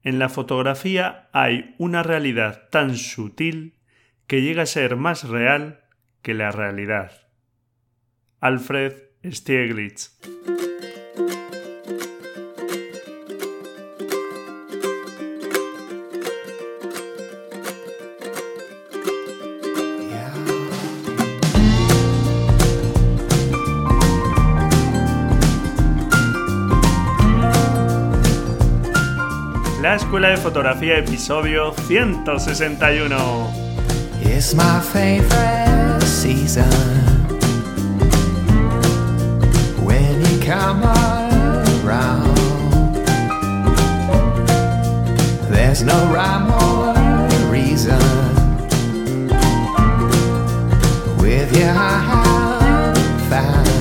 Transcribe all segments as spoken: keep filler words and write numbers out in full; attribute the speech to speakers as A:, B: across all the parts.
A: En la fotografía hay una realidad tan sutil que llega a ser más real que la realidad. Alfred Stieglitz. La Escuela de Fotografía, episodio ciento sesenta y uno.
B: It's my favorite season when you come around. There's no rhyme or reason with you I have found.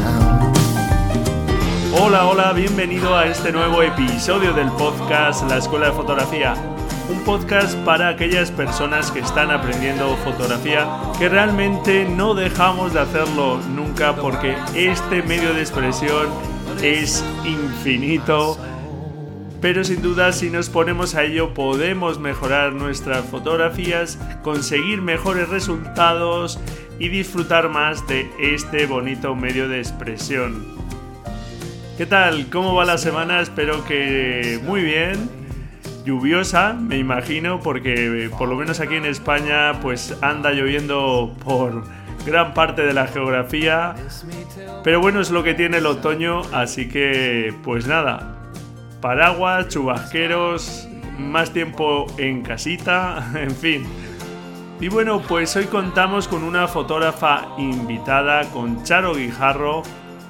A: Hola, hola, bienvenido a este nuevo episodio del podcast La Escuela de Fotografía. Un podcast para aquellas personas que están aprendiendo fotografía, que realmente no dejamos de hacerlo nunca porque este medio de expresión es infinito. Pero sin duda, si nos ponemos a ello, podemos mejorar nuestras fotografías, conseguir mejores resultados y disfrutar más de este bonito medio de expresión. ¿Qué tal? ¿Cómo va la semana? Espero que muy bien. Lluviosa, me imagino, porque por lo menos aquí en España pues anda lloviendo por gran parte de la geografía. Pero bueno, es lo que tiene el otoño, así que pues nada. Paraguas, chubasqueros, más tiempo en casita, en fin. Y bueno, pues hoy contamos con una fotógrafa invitada, con Charo Guijarro,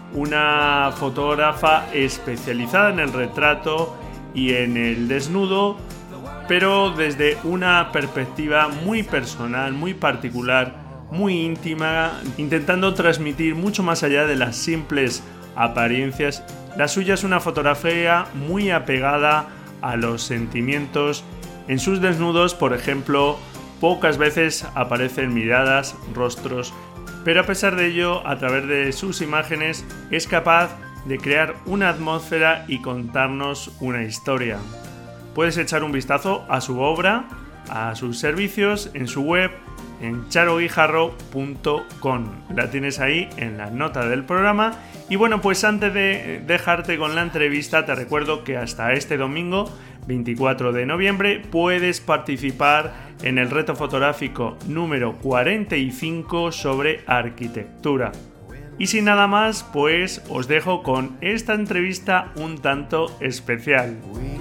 A: una fotógrafa especializada en el retrato y en el desnudo, pero desde una perspectiva muy personal, muy particular, muy íntima, intentando transmitir mucho más allá de las simples apariencias. La suya es una fotografía muy apegada a los sentimientos. En sus desnudos, por ejemplo, pocas veces aparecen miradas, rostros, pero a pesar de ello, a través de sus imágenes, es capaz de crear una atmósfera y contarnos una historia. Puedes echar un vistazo a su obra, a sus servicios en su web, en charo guijarro punto com. La tienes ahí en la nota del programa. Y bueno, pues antes de dejarte con la entrevista, te recuerdo que hasta este domingo, veinticuatro de noviembre, puedes participar en el reto fotográfico número cuarenta y cinco sobre arquitectura. Y sin nada más, pues os dejo con esta entrevista un tanto especial.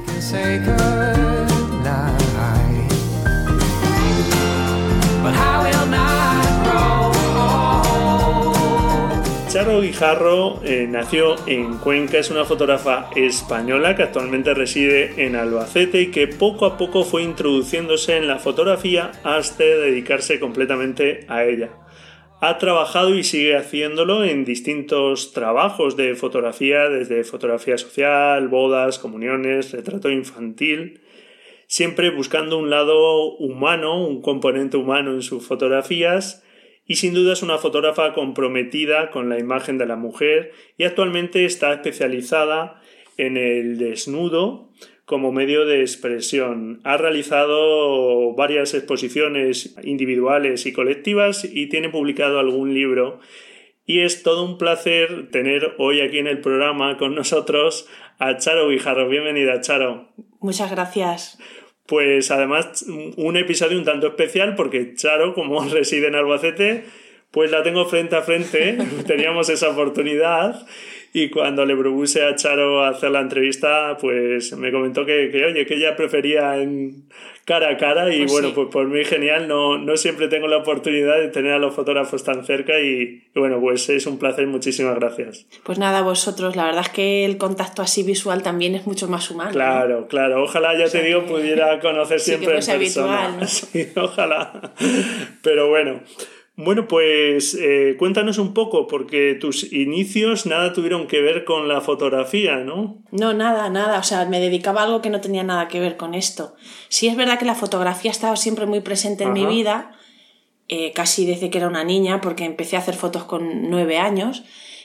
A: Charo Guijarro eh, nació en Cuenca, es una fotógrafa española que actualmente reside en Albacete y que poco a poco fue introduciéndose en la fotografía hasta dedicarse completamente a ella. Ha trabajado y sigue haciéndolo en distintos trabajos de fotografía, desde fotografía social, bodas, comuniones, retrato infantil, siempre buscando un lado humano, un componente humano en sus fotografías. Y sin duda es una fotógrafa comprometida con la imagen de la mujer y actualmente está especializada en el desnudo como medio de expresión. Ha realizado varias exposiciones individuales y colectivas y tiene publicado algún libro. Y es todo un placer tener hoy aquí en el programa con nosotros a Charo Guijarro. Bienvenida, Charo.
C: Muchas gracias.
A: Pues además un episodio un tanto especial porque Charo, como reside en Albacete, pues la tengo frente a frente, teníamos esa oportunidad y cuando le propuse a Charo hacer la entrevista, pues me comentó que, que oye, que ella prefería en cara a cara y pues bueno, sí. Pues por mí genial, no, no siempre tengo la oportunidad de tener a los fotógrafos tan cerca y, y bueno, pues es un placer, muchísimas gracias.
C: Pues nada, vosotros, la verdad es que el contacto así visual también es mucho más humano.
A: Claro,
C: ¿no?
A: claro, ojalá, ya o sea, te digo, pudiera conocer
C: sí,
A: siempre
C: que fuese
A: en persona.
C: Habitual, ¿no?
A: Sí, ojalá, pero bueno. Bueno, pues eh, cuéntanos un poco, porque tus inicios nada tuvieron que ver con la fotografía, ¿no?
C: No, nada, nada. O sea, me dedicaba a algo que no tenía nada que ver con esto. Sí es verdad que la fotografía ha estado siempre muy presente en Ajá. mi vida, eh, casi desde que era una niña, porque empecé a hacer fotos con nueve años.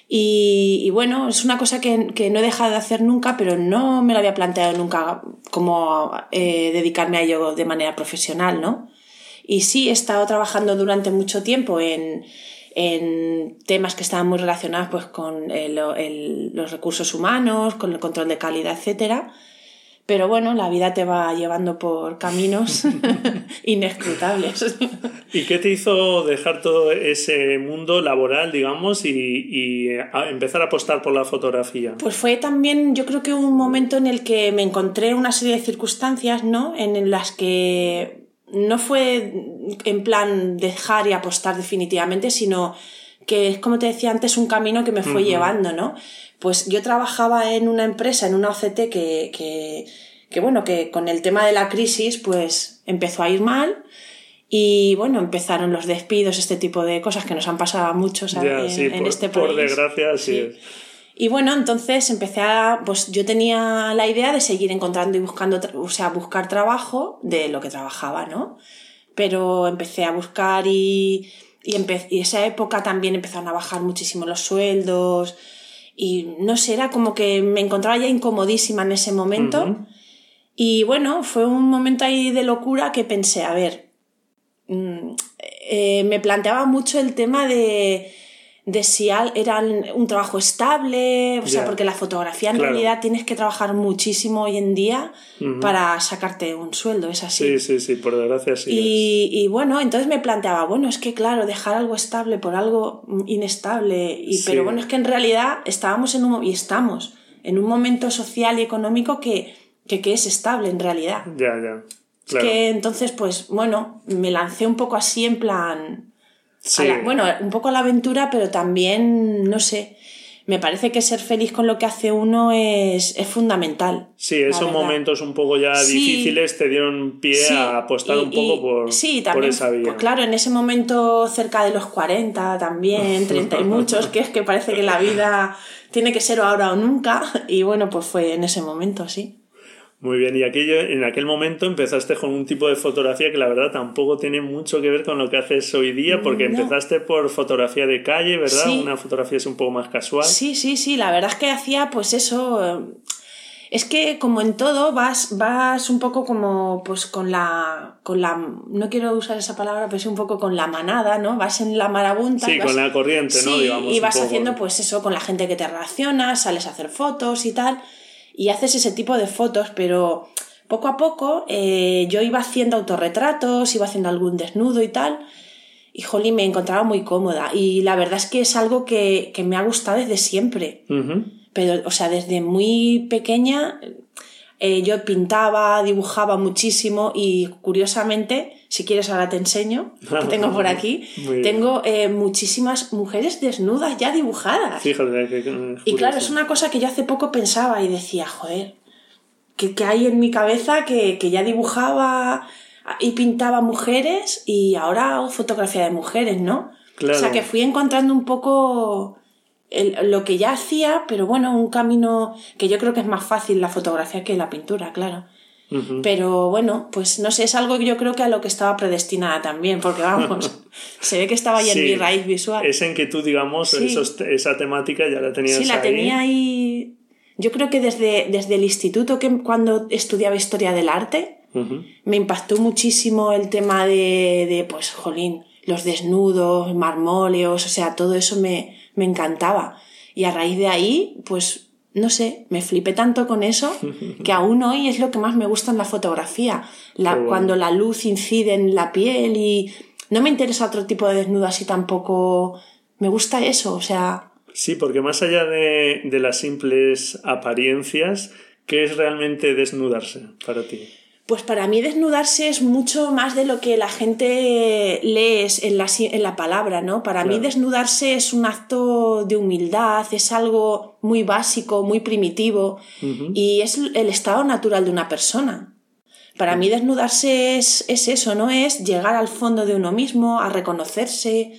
C: Y, y bueno, es una cosa que, que no he dejado de hacer nunca, pero no me lo había planteado nunca como eh, dedicarme a ello de manera profesional, ¿no? Y sí, he estado trabajando durante mucho tiempo en, en temas que estaban muy relacionados pues, con el, el, los recursos humanos, con el control de calidad, etcétera. Pero bueno, la vida te va llevando por caminos inescrutables.
A: ¿Y qué te hizo dejar todo ese mundo laboral, digamos, y, y a empezar a apostar por la fotografía?
C: Pues fue también, yo creo que un momento en el que me encontré una serie de circunstancias, ¿no? En las que no fue en plan dejar y apostar definitivamente, sino que es, como te decía antes, un camino que me fue uh-huh. llevando, ¿no? Pues yo trabajaba en una empresa, en una O C T que, que, que, bueno, que con el tema de la crisis, pues empezó a ir mal y, bueno, empezaron los despidos, este tipo de cosas que nos han pasado a muchos
A: ya,
C: en,
A: sí,
C: en
A: por,
C: este país.
A: Por desgracia, sí. sí.
C: Y bueno, entonces empecé a, pues yo tenía la idea de seguir encontrando y buscando, o sea, buscar trabajo de lo que trabajaba, ¿no? Pero empecé a buscar y, y, empe- y esa época también empezaron a bajar muchísimo los sueldos. Y no sé, era como que me encontraba ya incomodísima en ese momento. Uh-huh. Y bueno, fue un momento ahí de locura que pensé, a ver, eh, me planteaba mucho el tema de, de si era un trabajo estable, o yeah. sea, porque la fotografía en claro. realidad tienes que trabajar muchísimo hoy en día uh-huh. para sacarte un sueldo, es así.
A: Sí, sí, sí, por desgracia sí.
C: Y, y bueno, entonces me planteaba, bueno, es que claro, dejar algo estable por algo inestable, y, sí. pero bueno, es que en realidad estábamos en un, y estamos en un momento social y económico que, que, que es estable en realidad.
A: Ya, ya.
C: Claro. Es que entonces, pues bueno, me lancé un poco así en plan...
A: Sí.
C: La, bueno, un poco a la aventura, pero también, no sé, me parece que ser feliz con lo que hace uno es, es fundamental.
A: Sí, esos momentos un poco ya sí. difíciles te dieron pie sí. a apostar y, un poco por,
C: sí, también,
A: por esa vía.
C: Pues claro, en ese momento cerca de los cuarenta también, treinta y muchos, que es que parece que la vida tiene que ser ahora o nunca, y bueno, pues fue en ese momento, sí.
A: Muy bien, y aquello, en aquel momento empezaste con un tipo de fotografía que la verdad tampoco tiene mucho que ver con lo que haces hoy día, porque no. empezaste por fotografía de calle, ¿verdad?
C: Sí.
A: Una fotografía es un poco más casual.
C: Sí, sí, sí, la verdad es que hacía pues eso... Es que como en todo vas, vas un poco como pues con la, con la... No quiero usar esa palabra, pero sí un poco con la manada, ¿no? Vas en la marabunta.
A: Sí,
C: vas,
A: con la corriente,
C: sí,
A: ¿no? Digamos,
C: y vas
A: un poco.
C: haciendo pues eso con la gente que te relaciona, sales a hacer fotos y tal... Y haces ese tipo de fotos, pero poco a poco eh, yo iba haciendo autorretratos, iba haciendo algún desnudo y tal, y jolín, me encontraba muy cómoda. Y la verdad es que es algo que, que me ha gustado desde siempre.
A: Uh-huh.
C: Pero, o sea, desde muy pequeña eh, yo pintaba, dibujaba muchísimo y curiosamente, si quieres ahora te enseño, que tengo por aquí, tengo eh, muchísimas mujeres desnudas ya dibujadas.
A: Fíjate, que, que
C: y claro, es una cosa que yo hace poco pensaba y decía, joder, ¿qué, qué hay en mi cabeza que, que ya dibujaba y pintaba mujeres y ahora hago fotografía de mujeres, ¿no?
A: Claro.
C: O sea, que fui encontrando un poco... El, lo que ya hacía, pero bueno, un camino que yo creo que es más fácil la fotografía que la pintura, claro. Uh-huh. Pero bueno, pues no sé, es algo que yo creo que a lo que estaba predestinada también, porque vamos, se ve que estaba ya sí, en mi raíz visual.
A: Es en que tú, digamos, sí. esos, esa temática ya la tenías ahí.
C: Sí, la
A: ahí.
C: tenía ahí. Yo creo que desde, desde el instituto, que cuando estudiaba historia del arte, uh-huh. me impactó muchísimo el tema de, de, pues, jolín, los desnudos, marmóleos, o sea, todo eso me... me encantaba. Y a raíz de ahí, pues, no sé, me flipé tanto con eso que aún hoy es lo que más me gusta en la fotografía. La, bueno. Cuando la luz incide en la piel y no me interesa otro tipo de desnudo así tampoco. Me gusta eso, o sea...
A: Sí, porque más allá de, de las simples apariencias, ¿qué es realmente desnudarse para ti?
C: Pues para mí desnudarse es mucho más de lo que la gente lee en la, en la palabra, ¿no? Para claro. mí desnudarse es un acto de humildad, es algo muy básico, muy primitivo, uh-huh. y es el estado natural de una persona. Para uh-huh. mí desnudarse es, es eso, ¿no? Es llegar al fondo de uno mismo, a reconocerse.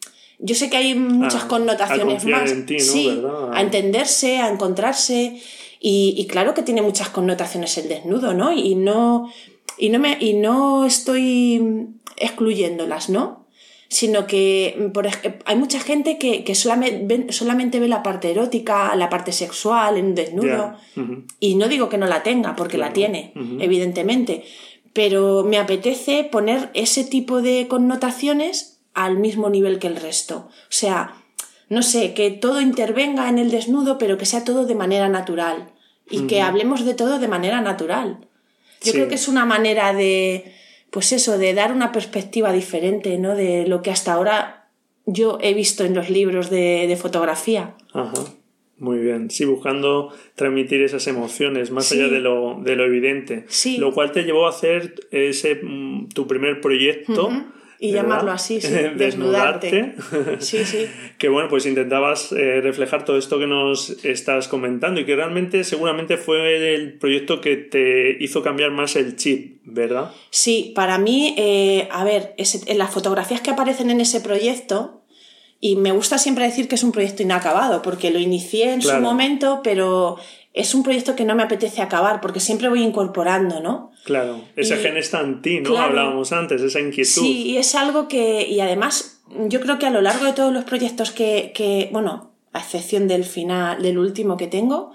C: Yo sé que hay muchas
A: ah,
C: connotaciones
A: a
C: más.
A: En ti, ¿no?
C: Sí,
A: ¿verdad?
C: A entenderse, a encontrarse... Y, y claro que tiene muchas connotaciones el desnudo, ¿no? Y no, y no, me, y no estoy excluyéndolas, ¿no? sino que por ej- hay mucha gente que, que solamente, ve, solamente ve la parte erótica, la parte sexual en un desnudo,
A: Yeah. Uh-huh.
C: y no digo que no la tenga, porque
A: Claro.
C: la tiene,
A: Uh-huh.
C: evidentemente, pero me apetece poner ese tipo de connotaciones al mismo nivel que el resto. O sea, no sé, que todo intervenga en el desnudo, pero que sea todo de manera natural, y uh-huh. que hablemos de todo de manera natural. Yo sí. creo que es una manera de... Pues eso, de dar una perspectiva diferente, ¿no? De lo que hasta ahora yo he visto en los libros de, de fotografía.
A: Ajá, muy bien. Sí, buscando transmitir esas emociones más sí. allá de lo, de lo evidente.
C: Sí.
A: Lo cual te llevó a hacer ese tu primer proyecto.
C: Uh-huh. Y
A: ¿verdad?
C: Llamarlo así, sí.
A: Desnudarte.
C: Sí, sí.
A: Que bueno, pues intentabas eh, reflejar todo esto que nos estás comentando y que realmente seguramente fue el proyecto que te hizo cambiar más el chip, ¿verdad?
C: Sí, para mí, eh, a ver, ese, en las fotografías que aparecen en ese proyecto, y me gusta siempre decir que es un proyecto inacabado, porque lo inicié en claro. su momento, pero es un proyecto que no me apetece acabar, porque siempre voy incorporando, ¿no?
A: Claro, ese y, gen está en ti, ¿no?
C: Claro,
A: hablábamos antes, esa inquietud.
C: Sí, y es algo que, y además, yo creo que a lo largo de todos los proyectos que, que bueno, a excepción del final, del último que tengo,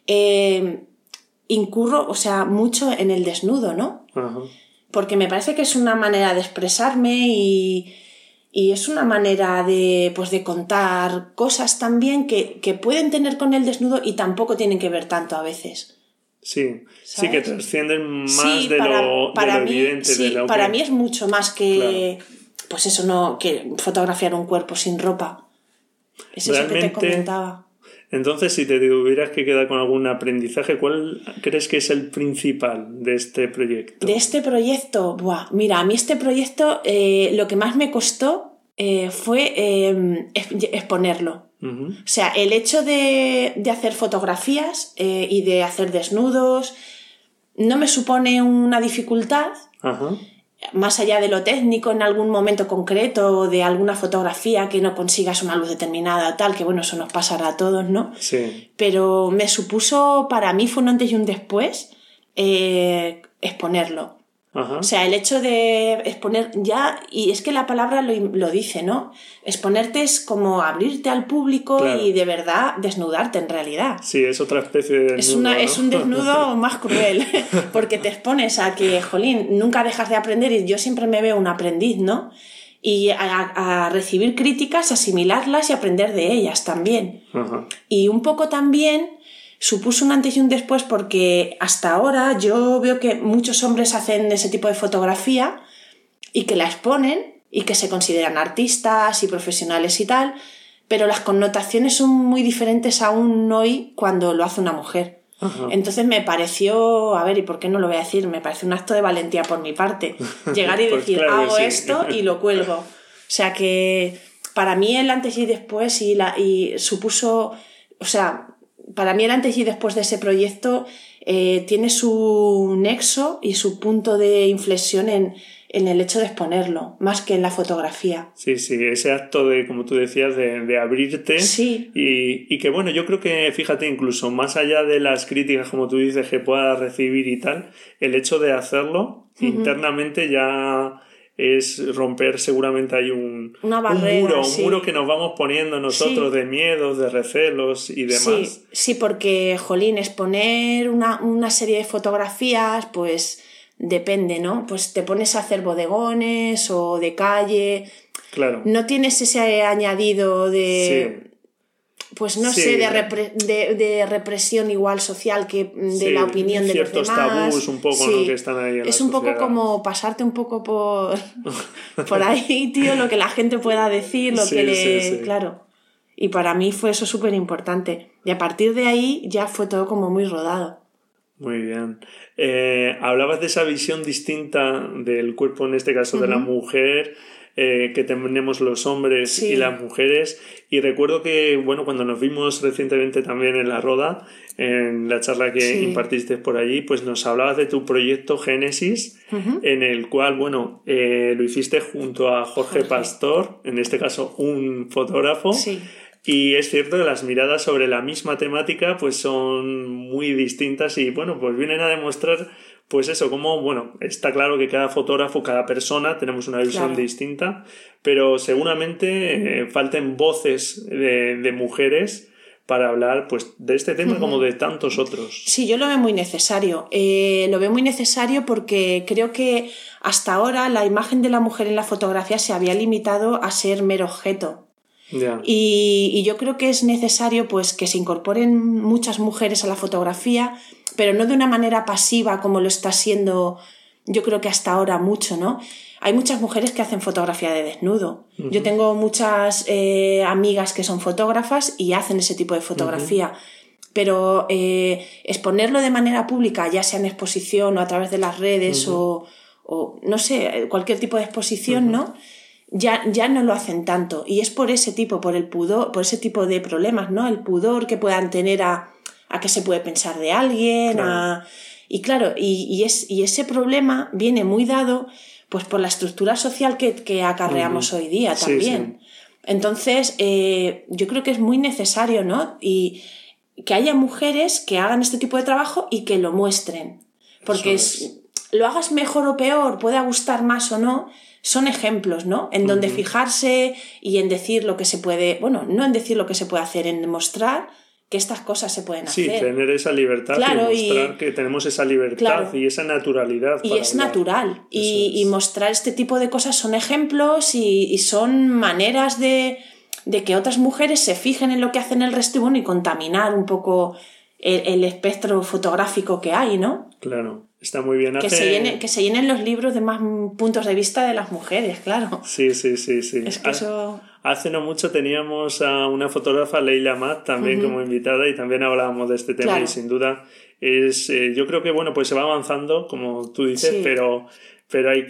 C: eh, incurro, o sea, mucho en el desnudo, ¿no?
A: Ajá.
C: Porque me parece que es una manera de expresarme y, y es una manera de, pues, de contar cosas también que, que pueden tener con el desnudo y tampoco tienen que ver tanto a veces.
A: Sí, ¿sabes? Sí que trascienden más
C: sí,
A: de,
C: para,
A: lo,
C: para
A: de lo
C: mí,
A: evidente.
C: Sí,
A: de lo
C: para
A: que...
C: mí es mucho más que,
A: claro.
C: pues eso, no, que fotografiar un cuerpo sin ropa. Es eso
A: Realmente,
C: que te comentaba.
A: Entonces, si te tuvieras que quedar con algún aprendizaje, ¿cuál crees que es el principal de este proyecto?
C: De este proyecto, buah, mira, a mí este proyecto eh, lo que más me costó eh, fue eh, exponerlo.
A: Uh-huh.
C: O sea, el hecho de, de hacer fotografías eh, y de hacer desnudos no me supone una dificultad,
A: uh-huh.
C: más allá de lo técnico en algún momento concreto o de alguna fotografía que no consigas una luz determinada tal, que bueno, eso nos pasará a todos, ¿no?
A: Sí.
C: Pero me supuso, para mí fue un antes y un después eh, exponerlo.
A: Ajá.
C: O sea, el hecho de exponer ya, y es que la palabra lo, lo dice, ¿no? Exponerte es como abrirte al público claro. y de verdad desnudarte en realidad.
A: Sí, es otra especie de desnudo,
C: es, una,
A: ¿no?
C: es un desnudo más cruel, porque te expones a que, jolín, nunca dejas de aprender y yo siempre me veo un aprendiz, ¿no? Y a, a recibir críticas, asimilarlas y aprender de ellas también.
A: Ajá.
C: Y un poco también... supuso un antes y un después porque hasta ahora yo veo que muchos hombres hacen ese tipo de fotografía y que la exponen y que se consideran artistas y profesionales y tal, pero las connotaciones son muy diferentes aún hoy cuando lo hace una mujer.
A: Ajá.
C: Entonces me pareció, a ver, ¿y por qué no lo voy a decir? Me parece un acto de valentía por mi parte, llegar y
A: pues
C: decir,
A: claro
C: hago
A: sí.
C: esto y lo cuelgo. O sea que para mí el antes y después y, la, y supuso, o sea... Para mí el antes y después de ese proyecto eh, tiene su nexo y su punto de inflexión en, en el hecho de exponerlo, más que en la fotografía.
A: Sí, sí, ese acto de, como tú decías, de, de abrirte.
C: Sí.
A: Y, y que bueno, yo creo que, fíjate, incluso más allá de las críticas, como tú dices, que puedas recibir y tal, el hecho de hacerlo uh-huh. internamente ya... es romper seguramente hay un,
C: Una barrera,
A: un muro,
C: sí.
A: un muro que nos vamos poniendo nosotros sí. de miedos, de recelos y demás.
C: Sí, sí, porque, jolín, exponer una, una serie de fotografías, pues depende, ¿no? Pues te pones a hacer bodegones o de calle.
A: Claro.
C: No tienes ese añadido de... Sí. Pues no sí. sé, de, repre- de, de represión igual social que de
A: sí,
C: la opinión de los demás.
A: Ciertos tabús un poco,
C: sí.
A: ¿no? Que están ahí en
C: es
A: la
C: un
A: sociedad.
C: Poco como pasarte un poco por, por ahí, tío, lo que la gente pueda decir, lo
A: sí,
C: que le...
A: Sí, sí.
C: Claro. Y para mí fue eso súper importante. Y a partir de ahí ya fue todo como muy rodado.
A: Muy bien. Eh, hablabas de esa visión distinta del cuerpo, en este caso de uh-huh. la mujer... Eh, que tenemos los hombres
C: sí.
A: y las mujeres, y recuerdo que bueno, cuando nos vimos recientemente también en la Roda, en la charla que sí. impartiste por allí, pues nos hablabas de tu proyecto Génesis, uh-huh. en el cual bueno, eh, lo hiciste junto a Jorge, Jorge Pastor, en este caso un fotógrafo,
C: sí.
A: y es cierto que las miradas sobre la misma temática pues son muy distintas y bueno, pues vienen a demostrar pues eso, como, bueno, está claro que cada fotógrafo, cada persona, tenemos una visión
C: Claro.
A: distinta, pero seguramente eh, falten voces de, de mujeres para hablar pues de este tema como de tantos otros.
C: Sí, yo lo veo muy necesario. Eh, lo veo muy necesario porque creo que hasta ahora la imagen de la mujer en la fotografía se había limitado a ser mero objeto.
A: Ya.
C: Y, y yo creo que es necesario pues que se incorporen muchas mujeres a la fotografía, pero no de una manera pasiva como lo está siendo, yo creo que hasta ahora mucho, ¿no? Hay muchas mujeres que hacen fotografía de desnudo. Uh-huh. Yo tengo muchas eh, amigas que son fotógrafas y hacen ese tipo de fotografía. Uh-huh. Pero eh, exponerlo de manera pública, ya sea en exposición o a través de las redes uh-huh. o, o, no sé, cualquier tipo de exposición, uh-huh. ¿no? Ya, ya no lo hacen tanto. Y es por ese tipo, por el pudor, por ese tipo de problemas, ¿no? El pudor que puedan tener a, a qué se puede pensar de alguien. Claro. A... Y claro, y, y, es, y ese problema viene muy dado pues por la estructura social que, que acarreamos uh-huh. hoy día también. Sí, sí. Entonces, eh, yo creo que es muy necesario, ¿no? Y que haya mujeres que hagan este tipo de trabajo y que lo muestren. Porque es. Es, lo hagas mejor o peor, pueda gustar más o no, son ejemplos, ¿no? En donde uh-huh. fijarse y en decir lo que se puede... Bueno, no en decir lo que se puede hacer, en demostrar que estas cosas se pueden hacer.
A: Sí, tener esa libertad, claro, y mostrar y, que tenemos esa libertad, claro, y esa naturalidad.
C: Y es hablar. Natural. Y, es. y mostrar este tipo de cosas son ejemplos y, y son maneras de, de que otras mujeres se fijen en lo que hacen el resto y, bueno, y contaminar un poco el, el espectro fotográfico que hay, ¿no?
A: Claro, está muy bien.
C: Que,
A: Hace...
C: se llene, que se llenen los libros de más puntos de vista de las mujeres, claro.
A: Sí, sí, sí, sí.
C: Es que eso...
A: Hace no mucho teníamos a una fotógrafa, Leila Mat, también uh-huh. como invitada, y también hablábamos de este tema, claro. Y sin duda es, eh, yo creo que bueno, pues se va avanzando, como tú dices, sí. pero, pero hay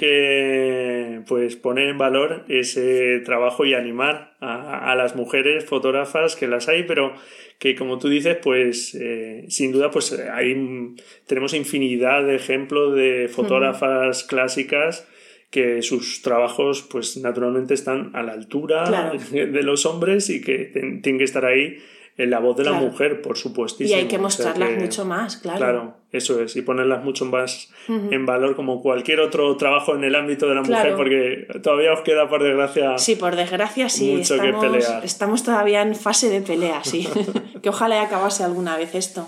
A: que pues poner en valor ese trabajo y animar a, a las mujeres fotógrafas, que las hay, pero que como tú dices, pues eh, sin duda pues hay, tenemos infinidad de ejemplos de fotógrafas uh-huh. clásicas que sus trabajos pues naturalmente están a la altura, claro, de los hombres y que ten, tienen que estar ahí en la voz de claro. la mujer, por supuestísimo.
C: Y hay que mostrarlas, o sea que, mucho más, claro.
A: Claro, eso es, y ponerlas mucho más uh-huh. en valor como cualquier otro trabajo en el ámbito de la
C: claro.
A: mujer, porque todavía os queda, por desgracia,
C: sí, por desgracia, sí,
A: mucho
C: estamos,
A: que pelear.
C: Estamos todavía en fase de pelea, sí. Que ojalá acabase alguna vez esto.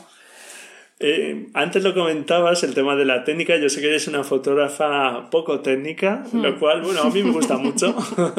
A: Eh, antes lo comentabas, el tema de la técnica. Yo sé que eres una fotógrafa poco técnica, hmm. lo cual, bueno, a mí me gusta mucho.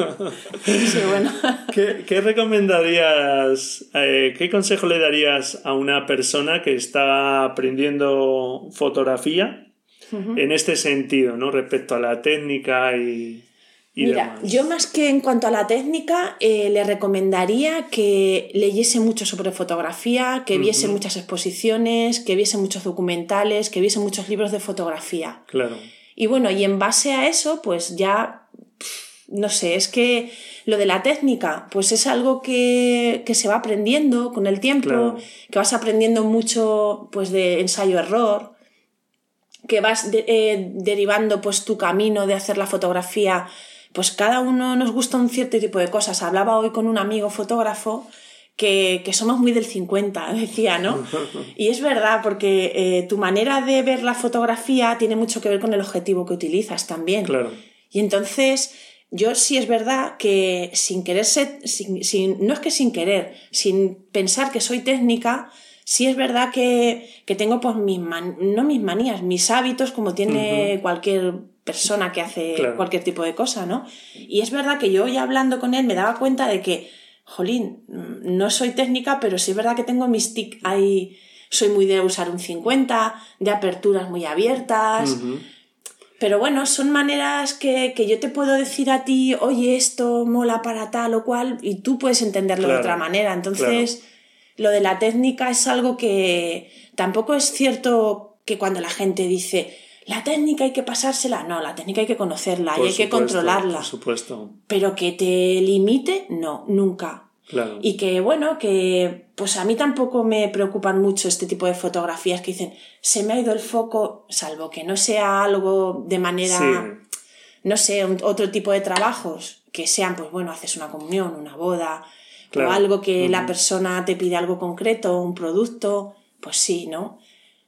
C: Sí, bueno.
A: ¿Qué, qué recomendarías, eh, qué consejo le darías a una persona que está aprendiendo fotografía uh-huh. en este sentido, ¿no? Respecto a la técnica y...
C: Mira, demás. Yo más que en cuanto a la técnica, eh, le recomendaría que leyese mucho sobre fotografía, que viese uh-huh. muchas exposiciones, que viese muchos documentales, que viese muchos libros de fotografía.
A: Claro.
C: Y bueno, y en base a eso, pues ya, no sé, es que lo de la técnica, pues es algo que, que se va aprendiendo con el tiempo, claro. que vas aprendiendo mucho pues de ensayo-error, que vas de, eh, derivando pues tu camino de hacer la fotografía. Pues cada uno nos gusta un cierto tipo de cosas. Hablaba hoy con un amigo fotógrafo que, que somos muy del cincuenta, decía, ¿no? Y es verdad, porque eh, tu manera de ver la fotografía tiene mucho que ver con el objetivo que utilizas también.
A: Claro.
C: Y entonces, yo sí es verdad que sin querer ser, sin, sin, no es que sin querer, sin pensar que soy técnica, sí es verdad que, que tengo pues mis man, no mis manías, mis hábitos, como tiene uh-huh. cualquier persona que hace claro. cualquier tipo de cosa, ¿no? Y es verdad que yo ya hablando con él me daba cuenta de que, jolín, no soy técnica, pero sí es verdad que tengo mis tics ahí, soy muy de usar un cincuenta, de aperturas muy abiertas, uh-huh. pero bueno, son maneras que, que yo te puedo decir a ti, oye, esto mola para tal o cual, y tú puedes entenderlo claro. de otra manera, entonces... Claro. Lo de la técnica es algo que tampoco es cierto que cuando la gente dice la técnica hay que pasársela, no, la técnica hay que conocerla y hay que controlarla.
A: Por supuesto.
C: Pero que te limite, no, nunca.
A: Claro. Y
C: que bueno, que pues a mí tampoco me preocupan mucho este tipo de fotografías que dicen se me ha ido el foco, salvo que no sea algo de manera, sí. no sé, un, otro tipo de trabajos que sean, pues bueno, haces una comunión, una boda... Claro. O algo que uh-huh. la persona te pide algo concreto, un producto, pues sí, ¿no?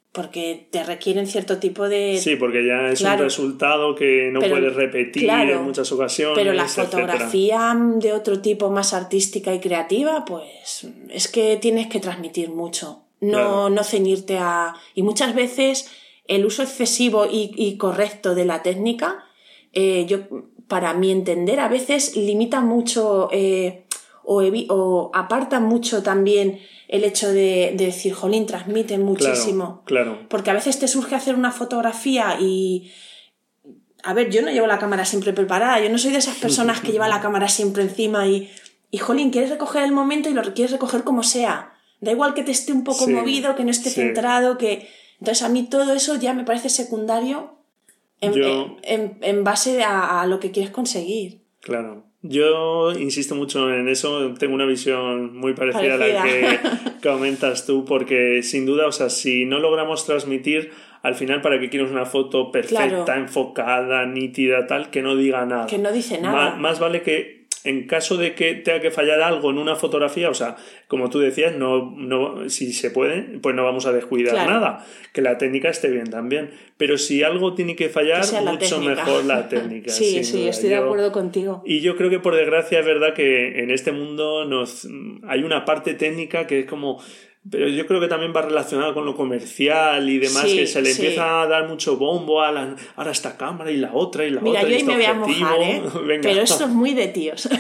C: porque te requieren cierto tipo de...
A: Sí, porque ya es
C: claro,
A: un resultado que no
C: pero,
A: puedes repetir
C: claro,
A: en muchas ocasiones.
C: Pero la
A: etcétera.
C: fotografía de otro tipo más artística y creativa, pues es que tienes que transmitir mucho, no,
A: Claro.
C: no ceñirte a... Y muchas veces el uso excesivo y, y correcto de la técnica, eh, yo, para mi entender, a veces limita mucho eh, o, evi- o aparta mucho también el hecho de, de decir, jolín, transmite muchísimo.
A: Claro, claro.
C: Porque a veces te surge hacer una fotografía y... A ver, yo no llevo la cámara siempre preparada, yo no soy de esas personas que lleva la cámara siempre encima y, y jolín, quieres recoger el momento y lo quieres recoger como sea. Da igual que te esté un poco
A: Sí,
C: movido, que no esté
A: sí.
C: centrado, que... Entonces a mí todo eso ya me parece secundario en,
A: Yo-
C: en, en base a, a lo que quieres conseguir.
A: Claro. Yo insisto mucho en eso, tengo una visión muy parecida,
C: Parecida.
A: a la que comentas tú, porque sin duda, o sea, si no logramos transmitir, al final, ¿para qué quieres una foto perfecta,
C: Claro.
A: enfocada, nítida, tal, que no diga nada?
C: Que no dice nada.
A: Más, más vale que en caso de que tenga que fallar algo en una fotografía, o sea, como tú decías, no, no, si se puede, pues no vamos a descuidar
C: Claro.
A: nada, que la técnica esté bien también, pero si algo tiene que fallar,
C: Que sea la
A: mucho
C: técnica.
A: mejor la técnica.
C: Sí,
A: sin
C: sí,
A: duda.
C: estoy de
A: Yo-
C: acuerdo contigo.
A: Y yo creo que por desgracia es verdad que en este mundo nos hay una parte técnica que es como... Pero yo creo que también va relacionada con lo comercial y demás,
C: Sí,
A: que se le
C: sí.
A: empieza a dar mucho bombo a la, ahora esta cámara y la otra y la
C: Mira,
A: otra.
C: yo
A: y
C: ahí
A: este
C: me voy a
A: objetivo.
C: mojar, ¿eh?
A: Venga.
C: Pero esto es muy de tíos.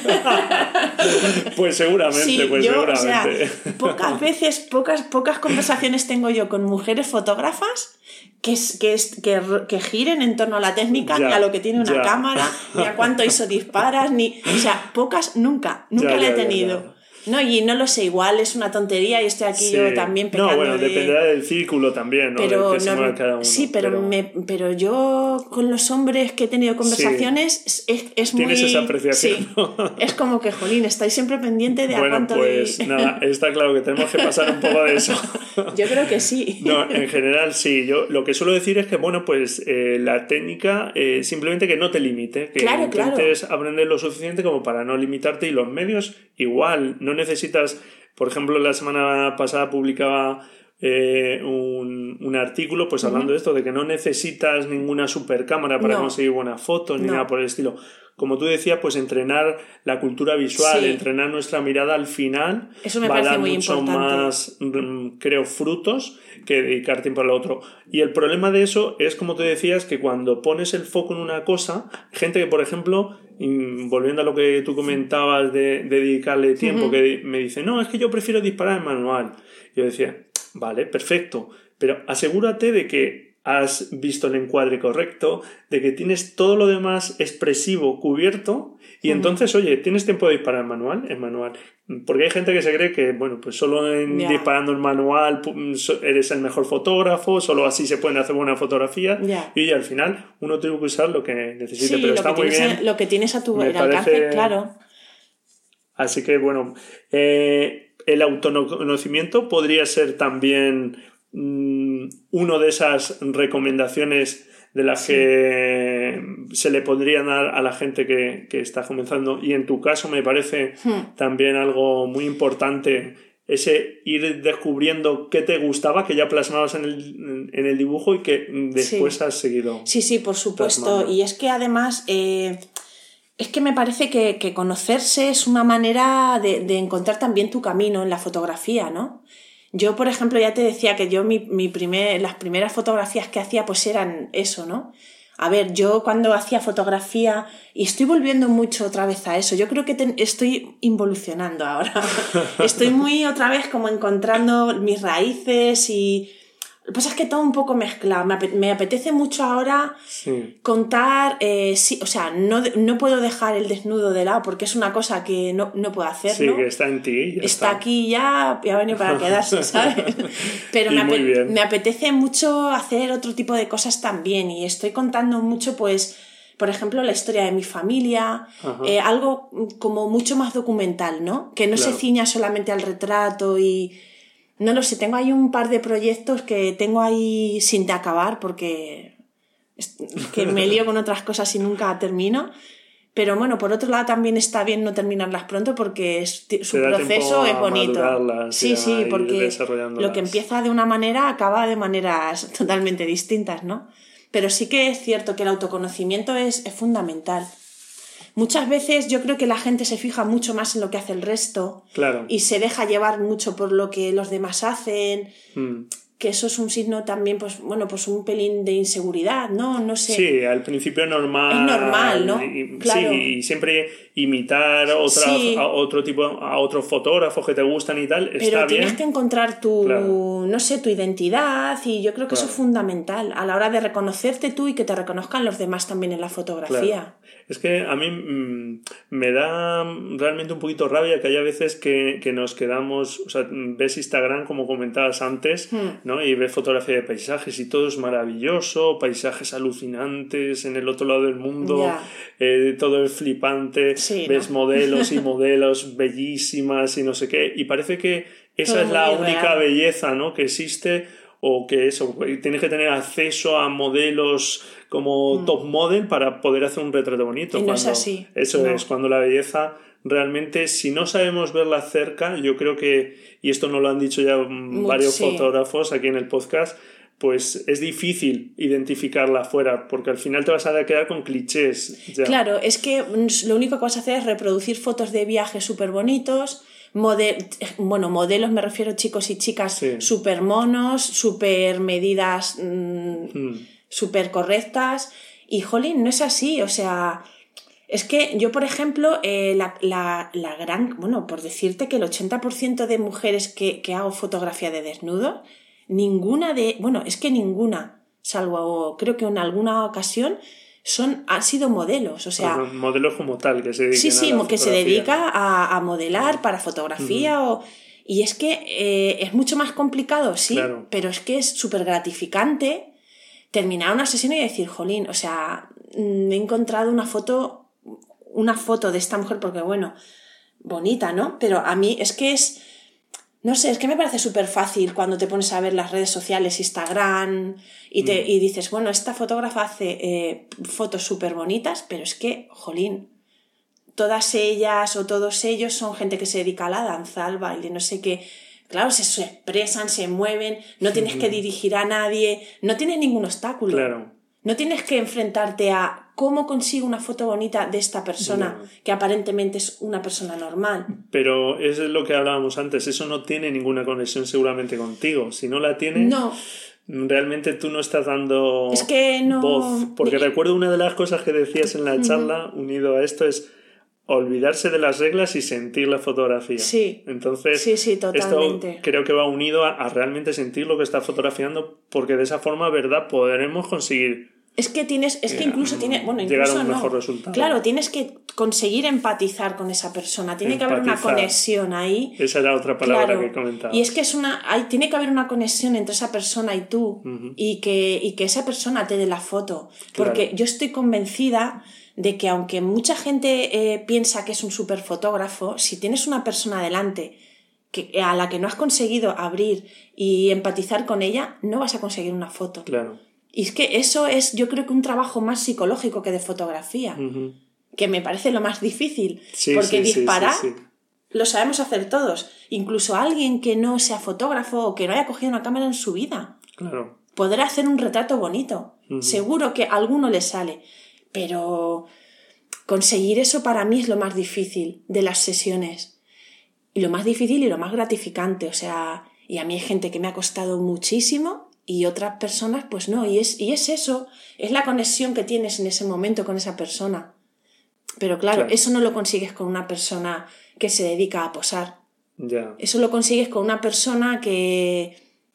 A: Pues seguramente,
C: Sí,
A: pues
C: yo, o
A: seguramente.
C: sea, pocas veces, pocas, pocas conversaciones tengo yo con mujeres fotógrafas que, es, que, es, que, que giren en torno a la técnica,
A: Ya,
C: ni a lo que tiene una
A: ya.
C: cámara, ni a cuánto I S O disparas, ni... O sea, pocas nunca, nunca
A: Ya,
C: la he
A: ya, ya,
C: tenido.
A: ya.
C: No, y no lo sé, igual es una tontería y estoy aquí
A: Sí.
C: yo también pecando
A: No, bueno,
C: de...
A: dependerá del círculo también, ¿no?
C: Pero,
A: Del que se
C: no-
A: mueva cada uno.
C: sí, pero, Me, pero yo con los hombres que he tenido conversaciones es, es, es muy...
A: Tienes esa apreciación,
C: Sí,
A: ¿no?
C: es como que, jolín, estáis siempre pendiente de a
A: Bueno,
C: cuánto
A: pues
C: de...
A: nada, está claro que tenemos que pasar un poco de eso.
C: Yo creo que sí.
A: No, en general sí. Yo lo que suelo decir es que, bueno, pues eh, la técnica eh, simplemente que no te limite, que
C: Claro,
A: intentes aprender lo suficiente como para no limitarte, y los medios igual. No necesitas, por ejemplo, la semana pasada publicaba eh, un, un artículo pues hablando
C: Ujú.
A: de esto, de que no necesitas ninguna super cámara para
C: No.
A: conseguir buenas fotos ni
C: No.
A: nada por el estilo. Como tú decías, pues entrenar la cultura visual,
C: Sí.
A: entrenar nuestra mirada, al final
C: Eso me
A: va a
C: parece
A: dar
C: muy
A: mucho
C: importante.
A: más, mm, creo, frutos que dedicar tiempo al otro. Y el problema de eso es, como tú decías, que cuando pones el foco en una cosa, gente que, por ejemplo, mm, volviendo a lo que tú comentabas de, de dedicarle tiempo,
C: Ujú.
A: que me dice, no, es que yo prefiero disparar en manual. Yo decía, vale, perfecto, pero asegúrate de que has visto el encuadre correcto, de que tienes todo lo demás expresivo cubierto, y
C: Ujú.
A: entonces, oye, ¿tienes tiempo de disparar en manual? En manual. Porque hay gente que se cree que, bueno, pues solo en
C: Ya.
A: disparando en manual pu- so- eres el mejor fotógrafo, solo así se pueden hacer buenas fotografías,
C: Ya.
A: y oye, al final uno tiene que usar lo que necesite,
C: Sí,
A: pero
C: lo
A: está
C: que,
A: muy
C: tienes
A: bien.
C: a, lo que tienes a tu
A: Me
C: el alcance,
A: parece-
C: claro.
A: Así que, bueno, eh, el autoconocimiento podría ser también mm, uno de esas recomendaciones de las
C: Sí.
A: que se le podría dar a la gente que, que está comenzando. Y en tu caso me parece
C: Hmm.
A: también algo muy importante, ese ir descubriendo qué te gustaba, que ya plasmabas en el, en el dibujo y que después
C: Sí.
A: has seguido.
C: Sí, sí, por supuesto.
A: Plasmando.
C: Y es que además, eh, es que me parece que, que conocerse es una manera de, de encontrar también tu camino en la fotografía, ¿no? Yo, por ejemplo, ya te decía que yo mi, mi primer, las primeras fotografías que hacía pues eran eso, ¿no? A ver, yo cuando hacía fotografía, y estoy volviendo mucho otra vez a eso, yo creo que te- estoy involucionando ahora. Estoy muy otra vez como encontrando mis raíces y... Lo que pasa es que todo un poco mezclado. Me, ape- me apetece mucho ahora
A: Sí.
C: contar, eh, sí, o sea, no, de- no puedo dejar el desnudo de lado porque es una cosa que no, no puedo
A: Sí,
C: hacerlo.
A: que está en ti. y ya
C: Está aquí ya, ya ha venido para quedarse, ¿sabes? Pero
A: Y
C: me,
A: muy
C: ape-
A: bien.
C: me apetece mucho hacer otro tipo de cosas también y estoy contando mucho, pues, por ejemplo, la historia de mi familia,
A: Ajá.
C: eh, algo como mucho más documental, ¿no? Que no
A: Claro.
C: se ciña solamente al retrato y... No lo sé, tengo ahí un par de proyectos que tengo ahí sin acabar porque es que me lío con otras cosas y nunca termino. Pero bueno, por otro lado también está bien no terminarlas pronto porque es, su proceso es bonito. Sí, sí, porque lo que empieza de una manera acaba de maneras totalmente distintas, ¿no? Pero sí que es cierto que el autoconocimiento es, es fundamental. Muchas veces yo creo que la gente se fija mucho más en lo que hace el resto,
A: claro,
C: y se deja llevar mucho por lo que los demás hacen, mm. que eso es un signo también, pues bueno, pues un pelín de inseguridad, ¿no? No sé.
A: Sí, al principio es normal.
C: Es normal, ¿no?
A: Y,
C: claro.
A: Sí, y siempre imitar a, otra,
C: sí.
A: a otro tipo, a otros fotógrafos que te gustan y tal,
C: pero
A: está bien.
C: Pero tienes que encontrar tu, claro. no sé, tu identidad, y yo creo que claro. eso es fundamental a la hora de reconocerte tú y que te reconozcan los demás también en la fotografía.
A: Claro. Es que a mí mmm, me da realmente un poquito rabia que haya veces que, que nos quedamos, o sea, ves Instagram como comentabas antes, hmm. ¿no? Y ves fotografía de paisajes y todo es maravilloso, paisajes alucinantes en el otro lado del mundo, yeah. eh, todo es flipante, sí, ves ¿no? modelos y modelos bellísimas y no sé qué, y parece que esa todo es la única real. Belleza, ¿no? que existe, o que eso, tienes que tener acceso a modelos como mm. top model para poder hacer un retrato bonito.
C: Y no
A: cuando,
C: es así.
A: Eso
C: no.
A: es, cuando la belleza realmente, si no sabemos verla cerca, yo creo que, y esto nos lo han dicho ya Muy, varios sí. fotógrafos aquí en el podcast, pues es difícil identificarla afuera, porque al final te vas a quedar con clichés. Ya.
C: Claro, es que lo único que vas a hacer es reproducir fotos de viajes súper bonitos, Model, bueno, modelos me refiero chicos y chicas sí. súper monos, súper medidas mmm, mm. súper correctas, y jolín, no es así, o sea, es que yo por ejemplo eh, la, la, la gran, bueno, por decirte que el ochenta por ciento de mujeres que, que hago fotografía de desnudo, ninguna de, bueno, es que ninguna, salvo creo que en alguna ocasión son, han sido modelos, o sea...
A: Pues modelos como tal, que se dedican
C: sí, sí,
A: a la
C: que se dedica a, a modelar para fotografía uh-huh. o... Y es que eh, es mucho más complicado, sí,
A: claro.
C: pero es que es súper gratificante terminar una sesión y decir, jolín, o sea, he encontrado una foto, una foto de esta mujer, porque bueno, bonita, ¿no? Pero a mí es que es... No sé, es que me parece súper fácil cuando te pones a ver las redes sociales, Instagram, y, te, mm. y dices, bueno, esta fotógrafa hace eh, fotos súper bonitas, pero es que, jolín, todas ellas o todos ellos son gente que se dedica a la danza, al baile, no sé qué. Claro, se, se expresan, se mueven, no tienes mm. que dirigir a nadie, no tienes ningún obstáculo.
A: Claro.
C: No tienes que enfrentarte a cómo consigo una foto bonita de esta persona, no. que aparentemente es una persona normal.
A: Pero es lo que hablábamos antes, eso no tiene ninguna conexión seguramente contigo. Si no la tiene,
C: no.
A: realmente tú no estás dando
C: es que no...
A: voz. Porque Ni... recuerdo una de las cosas que decías en la charla, uh-huh. unido a esto, es olvidarse de las reglas y sentir la fotografía.
C: Sí.
A: Entonces,
C: sí, sí, totalmente.
A: Esto creo que va unido a, a realmente sentir lo que estás fotografiando, porque de esa forma, ¿verdad?, podremos conseguir...
C: Es que tienes, es que incluso tiene, bueno, incluso
A: llegar a un
C: no.
A: mejor resultado.
C: Claro, tienes que conseguir empatizar con esa persona, tiene empatizar. que haber una conexión ahí.
A: Esa era otra palabra
C: claro.
A: que comentaba.
C: Y es que es una, hay, tiene que haber una conexión entre esa persona y tú, uh-huh. y que, y que esa persona te dé la foto. Porque claro. yo estoy convencida de que aunque mucha gente eh, piensa que es un súper fotógrafo, si tienes una persona delante que, a la que no has conseguido abrir y empatizar con ella, no vas a conseguir una foto.
A: Claro.
C: Y es que eso es, yo creo que un trabajo más psicológico que de fotografía, uh-huh. que me parece lo más difícil,
A: sí,
C: porque
A: sí,
C: disparar
A: sí, sí, sí.
C: lo sabemos hacer todos, incluso alguien que no sea fotógrafo o que no haya cogido una cámara en su vida.
A: Claro.
C: Podrá hacer un retrato bonito,
A: uh-huh.
C: seguro que a alguno le sale, pero conseguir eso para mí es lo más difícil de las sesiones, y lo más difícil y lo más gratificante, o sea, y a mí hay gente que me ha costado muchísimo y otras personas pues no, y es, y es eso, es la conexión que tienes en ese momento con esa persona. Pero claro, claro. eso no lo consigues con una persona que se dedica a posar.
A: Yeah.
C: Eso lo consigues con una persona que,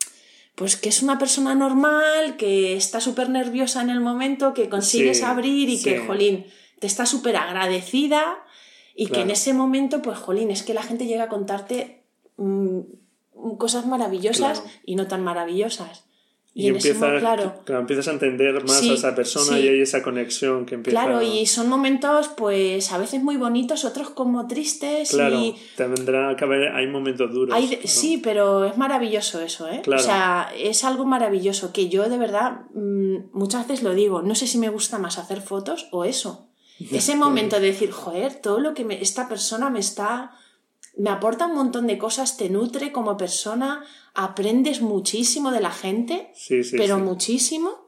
C: pues que es una persona normal, que está súper nerviosa en el momento, que consigues sí, abrir y sí. que, jolín, te está súper agradecida y claro. que en ese momento, pues jolín, es que la gente llega a contarte mmm, cosas maravillosas claro. y no tan maravillosas.
A: Y, y
C: en
A: empiezas,
C: ese, claro,
A: claro, empiezas a entender más
C: sí,
A: a esa persona
C: sí.
A: y hay esa conexión que empieza...
C: Claro, y son momentos pues a veces muy bonitos, otros como tristes.
A: Claro,
C: y...
A: tendrá que haber, hay momentos duros.
C: Hay de...
A: ¿no?
C: Sí, pero es maravilloso eso, ¿eh?
A: Claro.
C: O sea, es algo maravilloso que yo de verdad mmm, muchas veces lo digo, no sé si me gusta más hacer fotos o eso. Ese momento de decir, joder, todo lo que me, esta persona me está... me aporta un montón de cosas, te nutre como persona, aprendes muchísimo de la gente,
A: sí, sí,
C: pero
A: sí.
C: muchísimo.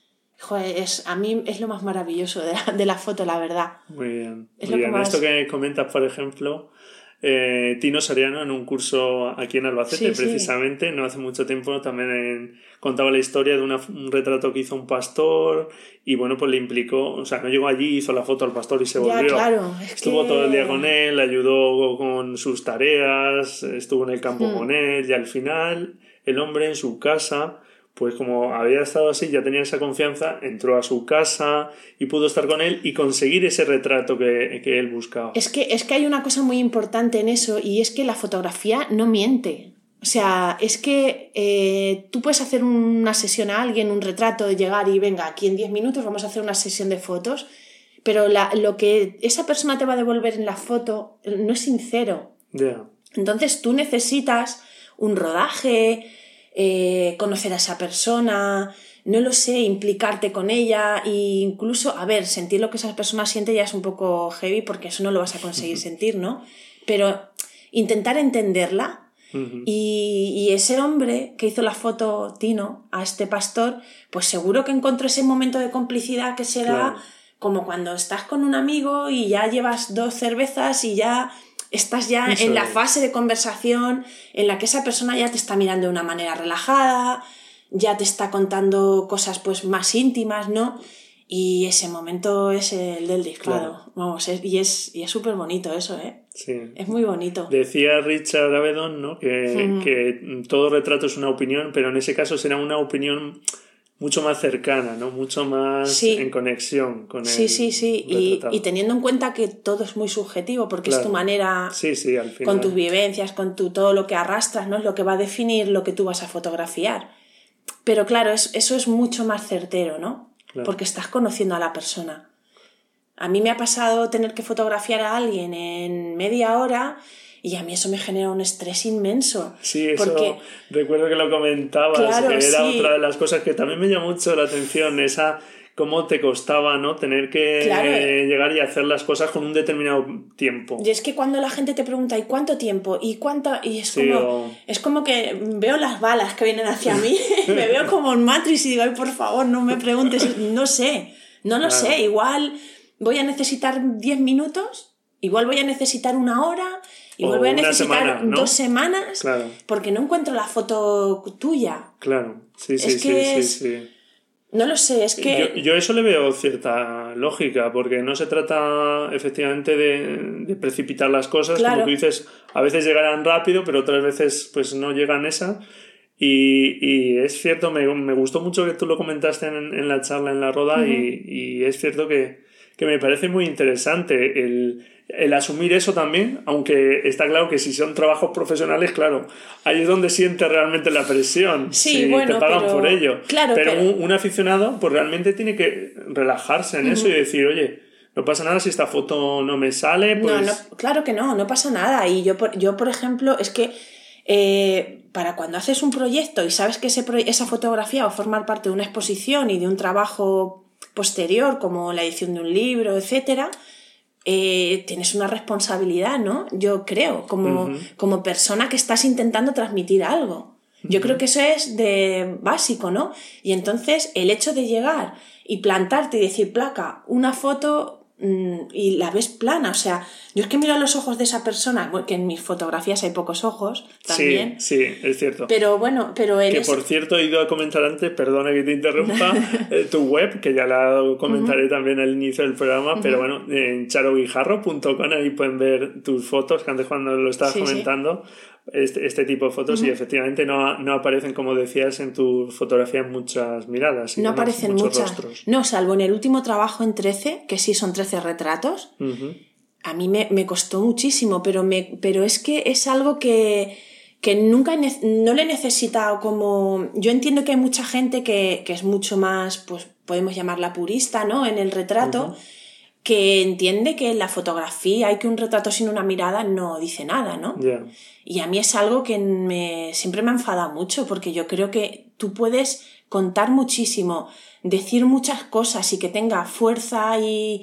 C: Joder, es, a mí es lo más maravilloso de la, de la foto, la verdad.
A: Muy bien.
C: Es
A: Muy
C: lo que
A: bien.
C: más...
A: Esto que comentas, por ejemplo, eh, Tino Soriano en un curso aquí en Albacete,
C: Sí,
A: precisamente,
C: sí.
A: no hace mucho tiempo, también en, contaba la historia de una, un retrato que hizo un pastor y bueno, pues le implicó, o sea, no llegó allí, hizo la foto al pastor y se
C: Ya,
A: volvió.
C: claro, es
A: Estuvo
C: que...
A: todo el día con él, le ayudó con sus tareas, estuvo en el campo
C: Hmm.
A: con él y al final el hombre en su casa, pues como había estado así, ya tenía esa confianza, entró a su casa y pudo estar con él y conseguir ese retrato que, que él buscaba.
C: Es que, es que hay una cosa muy importante en eso y es que la fotografía no miente. O sea, es que eh, tú puedes hacer una sesión a alguien, un retrato, de llegar y venga, aquí en diez minutos vamos a hacer una sesión de fotos, pero la, lo que esa persona te va a devolver en la foto no es sincero.
A: Yeah.
C: Entonces tú necesitas un rodaje, eh, conocer a esa persona, no lo sé, implicarte con ella e incluso, a ver, sentir lo que esa persona siente ya es un poco heavy porque eso no lo vas a conseguir sentir, ¿no? Pero intentar entenderla. Uh-huh. Y, y ese hombre que hizo la foto, Tino, a este pastor, pues seguro que encontró ese momento de complicidad que se da claro. Como cuando estás con un amigo y ya llevas dos cervezas y ya estás ya Eso en la es. fase de conversación en la que esa persona ya te está mirando de una manera relajada, ya te está contando cosas pues más íntimas, ¿no? Y ese momento es el del disclado, claro. Vamos, es, y es y es súper bonito eso, ¿eh?
A: Sí.
C: Es muy bonito.
A: Decía Richard Avedon, ¿no? Que, mm. que todo retrato es una opinión, pero en ese caso será una opinión mucho más cercana, ¿no? Mucho más sí. en conexión con el
C: Sí, sí, sí. Y, y teniendo en cuenta que todo es muy subjetivo, porque claro. es tu manera,
A: sí, sí, al final.
C: Con tus vivencias, con tu, todo lo que arrastras, ¿no? Es lo que va a definir lo que tú vas a fotografiar. Pero claro, es, eso es mucho más certero, ¿no? Claro. Porque estás conociendo a la persona. A mí me ha pasado tener que fotografiar a alguien en media hora y a mí eso me genera un estrés inmenso.
A: Sí, eso
C: porque...
A: recuerdo que lo comentabas,
C: claro,
A: que era
C: sí.
A: otra de las cosas que también me llamó mucho la atención, esa cómo te costaba, ¿no? Tener que
C: claro.
A: llegar y hacer las cosas con un determinado tiempo.
C: Y es que cuando la gente te pregunta ¿y cuánto tiempo? ¿Y cuánto? Y es,
A: sí,
C: como,
A: o...
C: es como que veo las balas que vienen hacia mí, me veo como en Matrix y digo, ay, por favor, no me preguntes, no sé, no lo claro. sé, igual voy a necesitar diez minutos, igual voy a necesitar una hora, igual
A: o
C: voy a necesitar
A: semana, ¿no?
C: dos semanas,
A: claro.
C: porque no encuentro la foto tuya.
A: Claro, sí, sí,
C: es
A: sí,
C: que
A: sí,
C: es...
A: sí.
C: No lo sé, es que...
A: Yo, yo eso le veo cierta lógica, porque no se trata efectivamente de, de precipitar las cosas,
C: claro.
A: como tú dices, a veces llegarán rápido, pero otras veces pues no llegan esas. Y, y es cierto, me, me gustó mucho que tú lo comentaste en, en la charla, en la roda, uh-huh. y, y es cierto que, que me parece muy interesante el, el asumir eso también, aunque está claro que si son trabajos profesionales, claro, ahí es donde sientes realmente la presión,
C: sí,
A: si
C: bueno,
A: te pagan
C: pero,
A: por ello.
C: Claro,
A: pero,
C: pero
A: un, un aficionado pues realmente tiene que relajarse en uh-huh. eso y decir, oye, no pasa nada si esta foto no me sale, pues...
C: No, no, claro que no, no pasa nada. Y yo, por, yo por ejemplo, es que eh, para cuando haces un proyecto y sabes que ese pro- esa fotografía va a formar parte de una exposición y de un trabajo posterior, como la edición de un libro, etcétera, eh, tienes una responsabilidad, ¿no? Yo creo, como, uh-huh. como persona que estás intentando transmitir algo. Yo uh-huh. creo que eso es de básico, ¿no? Y entonces el hecho de llegar y plantarte y decir, placa, una foto... y la ves plana, o sea, yo es que miro a los ojos de esa persona, porque en mis fotografías hay pocos ojos también.
A: Sí, sí, es cierto.
C: Pero bueno, pero en
A: que
C: ese...
A: por cierto he ido a comentar antes, perdona que te interrumpa, eh, tu web, que ya la comentaré uh-huh. también al inicio del programa, uh-huh. pero bueno, en charoguijarro punto com ahí pueden ver tus fotos, que antes cuando lo estabas sí, comentando, sí. Este, este tipo de fotos, uh-huh. y efectivamente no, no aparecen, como decías, en tu fotografía muchas miradas.
C: No aparecen muchas. Rostros. No, salvo en el último trabajo en trece, que sí son trece retratos. Uh-huh. A mí me, me costó muchísimo, pero, me, pero es que es algo que, que nunca ne- no le he necesitado como... Yo entiendo que hay mucha gente que, que es mucho más, pues podemos llamarla purista, ¿no? En el retrato, uh-huh. que entiende que en la fotografía hay que un retrato sin una mirada no dice nada, ¿no?
A: Yeah.
C: Y a mí es algo que me, siempre me ha enfadado mucho, porque yo creo que tú puedes contar muchísimo, decir muchas cosas y que tenga fuerza y,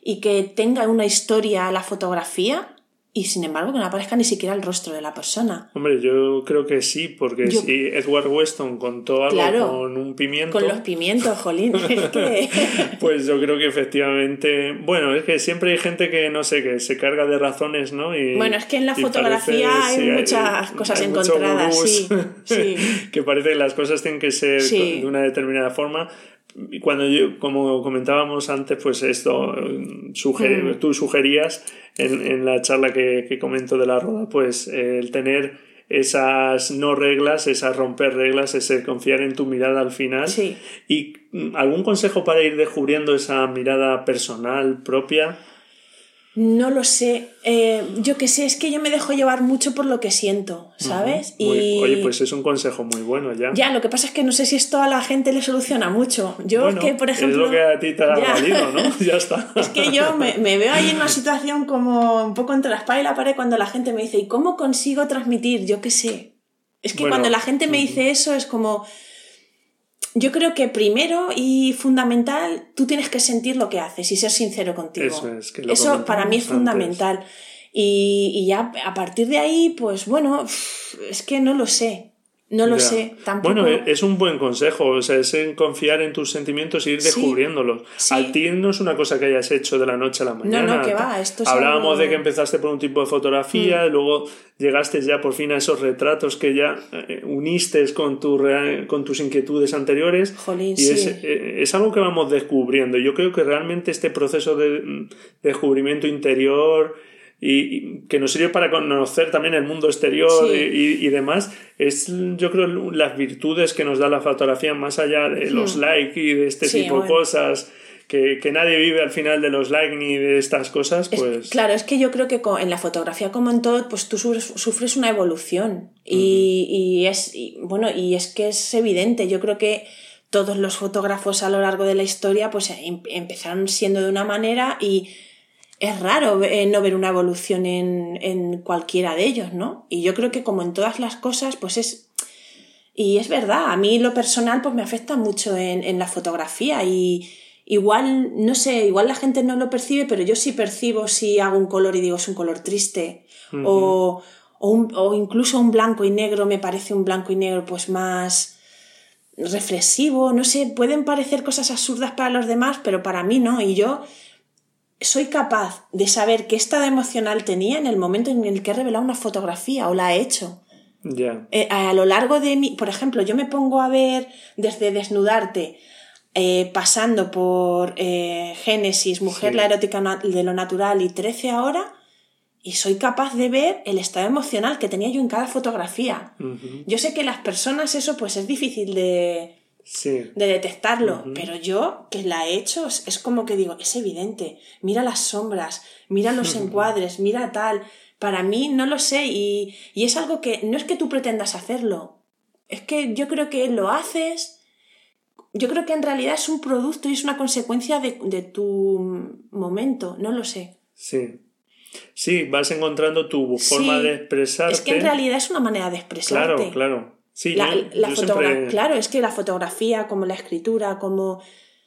C: y que tenga una historia la fotografía y sin embargo que no aparezca ni siquiera el rostro de la persona.
A: Hombre, yo creo que sí, porque
C: yo...
A: si Edward Weston contó algo
C: claro,
A: con un pimiento...
C: Con los pimientos, jolín, es que...
A: Pues yo creo que efectivamente... Bueno, es que siempre hay gente que, no sé, que se carga de razones, ¿no? Y,
C: bueno, es que en la fotografía parece, hay sí, muchas hay, cosas hay encontradas, sí, sí.
A: Que parece que las cosas tienen que ser sí. de una determinada forma. Y cuando yo, como comentábamos antes, pues esto suger, mm. tú sugerías en, en la charla que, que comento de la Roda, pues eh, el tener esas no reglas, esas romper reglas, ese confiar en tu mirada al final.
C: Sí.
A: ¿Y algún consejo para ir descubriendo esa mirada personal propia?
C: No lo sé, eh, yo qué sé, es que yo me dejo llevar mucho por lo que siento, ¿sabes?
A: Uh-huh. Muy,
C: y...
A: Oye, pues es un consejo muy bueno ya.
C: Ya, lo que pasa es que no sé si esto a la gente le soluciona mucho. Yo
A: bueno,
C: que, por ejemplo...
A: es lo que a ti te ha ya. valido, ¿no? Ya está.
C: Es que yo me, me veo ahí en una situación como un poco entre la espada y la pared cuando la gente me dice ¿y cómo consigo transmitir? Yo qué sé. Es que bueno, cuando la gente me dice uh-huh. eso es como... Yo creo que primero y fundamental, tú tienes que sentir lo que haces y ser sincero contigo.
A: Eso es, que lo
C: Eso para mí es fundamental. Y, y ya a partir de ahí, pues bueno, es que no lo sé. No lo ya. sé, tampoco...
A: Bueno, es un buen consejo, o sea, es en confiar en tus sentimientos e ir descubriéndolos.
C: Sí, sí.
A: A ti no es una cosa que hayas hecho de la noche a la mañana.
C: No, no, que va, esto es
A: Hablábamos
C: algo...
A: de que empezaste por un tipo de fotografía, mm. y luego llegaste ya por fin a esos retratos que ya eh, uniste con, tu rea- con tus inquietudes anteriores.
C: Jolín,
A: y
C: sí.
A: es, eh, es algo que vamos descubriendo. Yo creo que realmente este proceso de, de descubrimiento interior... y que nos sirve para conocer también el mundo exterior sí. y, y demás, es yo creo las virtudes que nos da la fotografía más allá de los sí. likes y de este sí, tipo de bueno. cosas que, que nadie vive al final de los likes ni de estas cosas, pues...
C: Es, claro, es que yo creo que en la fotografía como en todo, pues tú sufres, sufres una evolución y, uh-huh. y es y, bueno, y es que es evidente, yo creo que todos los fotógrafos a lo largo de la historia pues em, empezaron siendo de una manera y es raro eh, no ver una evolución en, en cualquiera de ellos, ¿no? Y yo creo que como en todas las cosas, pues es... Y es verdad, a mí lo personal pues me afecta mucho en, en la fotografía y igual, no sé, igual la gente no lo percibe, pero yo sí percibo si hago un color y digo es un color triste uh-huh. o, o, un, o incluso un blanco y negro me parece un blanco y negro pues más reflexivo, no sé, pueden parecer cosas absurdas para los demás, pero para mí no, y yo... soy capaz de saber qué estado emocional tenía en el momento en el que he revelado una fotografía o la he hecho.
A: Yeah.
C: Eh, a lo largo de mi... Por ejemplo, yo me pongo a ver desde Desnudarte, eh, pasando por eh, Génesis, Mujer, sí. la erótica de lo natural y trece ahora, y soy capaz de ver el estado emocional que tenía yo en cada fotografía. Uh-huh. Yo sé que las personas eso pues es difícil de... Sí. de detectarlo, uh-huh. pero yo que la he hecho es, es como que digo, es evidente, mira las sombras, mira los uh-huh. encuadres, mira tal, para mí no lo sé y, y es algo que no es que tú pretendas hacerlo, es que yo creo que lo haces, yo creo que en realidad es un producto y es una consecuencia de, de tu momento, no lo sé.
A: Sí. Sí, vas encontrando tu forma sí. de expresarte.
C: Es que en realidad es una manera de expresarte.
A: Claro, claro. Sí,
C: la,
A: yo,
C: la
A: yo
C: fotogra-
A: siempre...
C: Claro, es que la fotografía, como la escritura, como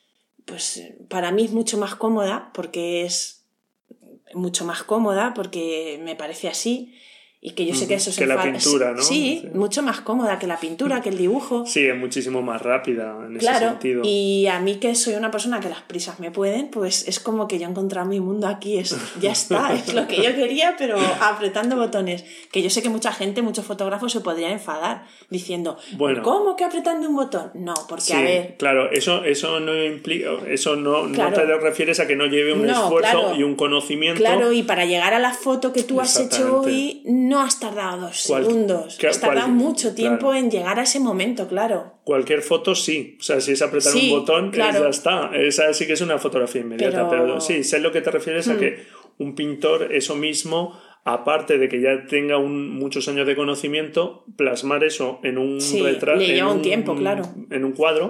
C: pues para mí es mucho más cómoda, porque es mucho más cómoda, porque me parece así, y que yo sé que eso
A: que
C: es
A: la fa- pintura, ¿no?
C: Sí, sí, mucho más cómoda que la pintura, que el dibujo.
A: Sí, es muchísimo más rápida en
C: claro,
A: ese sentido.
C: Y a mí que soy una persona que las prisas me pueden, pues es como que yo he encontrado mi mundo aquí, es, ya está, es lo que yo quería, pero apretando botones. Que yo sé que mucha gente, muchos fotógrafos se podrían enfadar diciendo, bueno, ¿cómo que apretando un botón? No, porque
A: sí,
C: a ver...
A: Claro, eso, eso no implica, eso no,
C: claro,
A: no te refieres a que no lleve un
C: no,
A: esfuerzo
C: claro,
A: y un conocimiento.
C: Claro, y para llegar a la foto que tú has hecho hoy, no has tardado dos Cual, segundos, que, has tardado cual, mucho tiempo claro. en llegar a ese momento, claro.
A: Cualquier foto sí, o sea, si es apretar
C: sí,
A: un botón,
C: claro.
A: ya está, esa sí que es una fotografía inmediata, pero, pero sí, sé lo que te refieres hmm. a que un pintor, eso mismo, aparte de que ya tenga un, muchos años de conocimiento, plasmar eso en un
C: sí,
A: retrato,
C: le lleva
A: en
C: un tiempo, claro.
A: En un cuadro,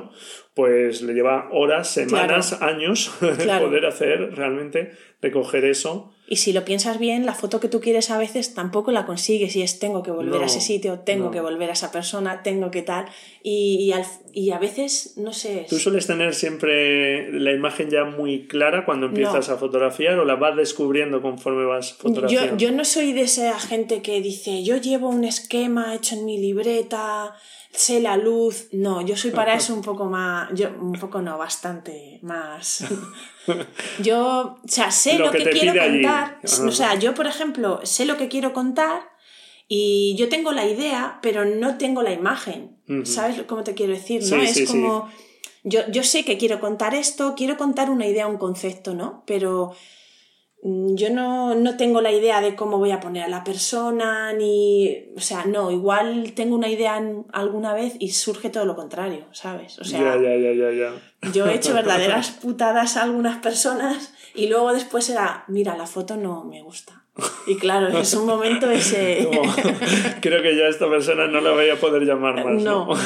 A: pues le lleva horas, semanas,
C: claro.
A: años
C: Claro.
A: poder hacer realmente, recoger eso.
C: Y si lo piensas bien, la foto que tú quieres a veces tampoco la consigues y es tengo que volver
A: No,
C: a ese sitio, tengo
A: no.
C: que volver a esa persona, tengo que tal. Y, y, al, y a veces, no sé...
A: ¿Tú sueles tener siempre la imagen ya muy clara cuando empiezas
C: No.
A: a fotografiar o la vas descubriendo conforme vas fotografiando?
C: Yo, yo no soy de esa gente que dice, yo llevo un esquema hecho en mi libreta, sé la luz. No, yo soy para eso un poco más... Yo, un poco no, bastante más... Yo, o sea, sé
A: Lo
C: lo,
A: que
C: que,
A: te
C: quiero
A: pide allí.
C: contar.
A: Ajá.
C: O sea, yo, por ejemplo, sé lo que quiero contar y yo tengo la idea, pero no tengo la imagen.
A: Ujú.
C: ¿Sabes cómo te quiero decir?
A: Sí,
C: ¿no?
A: sí,
C: Es como... Yo, yo sé que quiero contar esto, quiero contar una idea, un concepto, ¿no? Pero mm, yo no, no tengo la idea de cómo voy a poner a la persona, ni... O sea, no, igual tengo una idea en- alguna vez y surge todo lo contrario, ¿sabes? O sea,
A: Ya, ya, ya, ya, ya.
C: yo he hecho verdaderas putadas a algunas personas y luego después era, mira, la foto no me gusta. Y claro, es un momento ese...
A: Como, creo que ya esta persona no la voy a poder llamar más, ¿no?
C: No.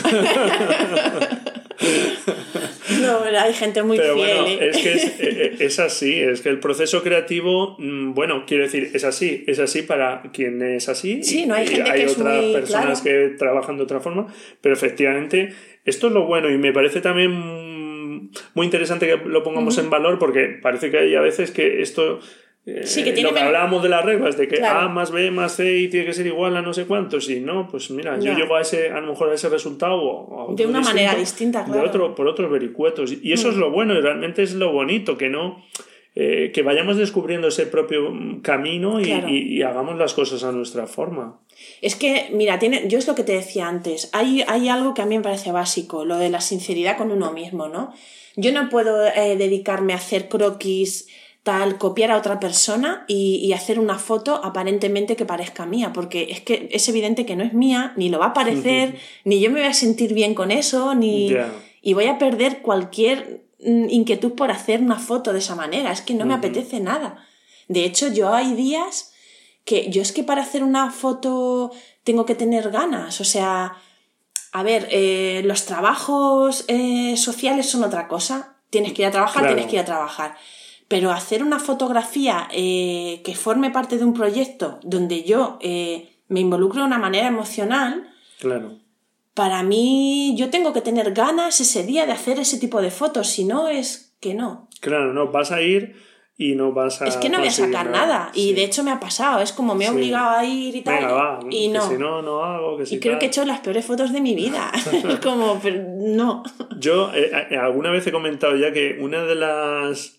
C: No, pero hay gente muy
A: Pero
C: fiel,
A: bueno,
C: ¿eh?
A: es que es, eh, es así, es que el proceso creativo, mm, bueno, quiero decir, es así, es así para quien es así.
C: Sí, no hay
A: y
C: gente
A: hay
C: que es
A: otras
C: muy-
A: personas
C: claro.
A: que trabajan de otra forma, pero efectivamente esto es lo bueno y me parece también mm, muy interesante que lo pongamos en valor porque parece que hay a veces que esto... eh,
C: Sí, que tiene
A: lo que
C: men-
A: hablábamos de las reglas, de que
C: Claro.
A: A más B más C y tiene que ser igual a no sé cuántos, y no, pues mira, yo
C: Ya.
A: llego a ese, a lo mejor a ese resultado o a otro
C: De una
A: distinto,
C: manera distinta, claro.
A: de otro, por otros vericuetos. Y eso es lo bueno, y realmente es lo bonito, que no eh, que vayamos descubriendo ese propio mm, camino y,
C: Claro.
A: y- y hagamos las cosas a nuestra forma.
C: Es que, mira, tiene, yo es lo que te decía antes, hay, hay algo que a mí me parece básico, lo de la sinceridad con uno mismo, ¿no? Yo no puedo eh, dedicarme a hacer croquis, tal, copiar a otra persona y, y hacer una foto aparentemente que parezca mía, porque es que es evidente que no es mía, ni lo va a parecer, ni yo me voy a sentir bien con eso, ni...
A: Ya.
C: Y voy a perder cualquier mm, inquietud por hacer una foto de esa manera, es que no me apetece nada. De hecho, yo hay días que yo es que para hacer una foto tengo que tener ganas, o sea, a ver, eh, los trabajos eh, sociales son otra cosa, tienes que ir a trabajar,
A: Claro.
C: tienes que ir a trabajar, pero hacer una fotografía eh, que forme parte de un proyecto donde yo eh, me involucro de una manera emocional,
A: Claro.
C: para mí yo tengo que tener ganas ese día de hacer ese tipo de fotos, si no es que no.
A: Claro, no, vas a ir y no vas a
C: Es que no voy a
A: conseguir
C: sacar nada. Y
A: Sí.
C: de hecho me ha pasado. Es como me he
A: Sí.
C: obligado a ir y tal.
A: Venga, va,
C: y
A: que
C: no.
A: si no, no hago, que si
C: Y creo
A: tal.
C: que he hecho las peores fotos de mi vida. Es como, pero no.
A: Yo eh, eh, alguna vez he comentado ya que una de las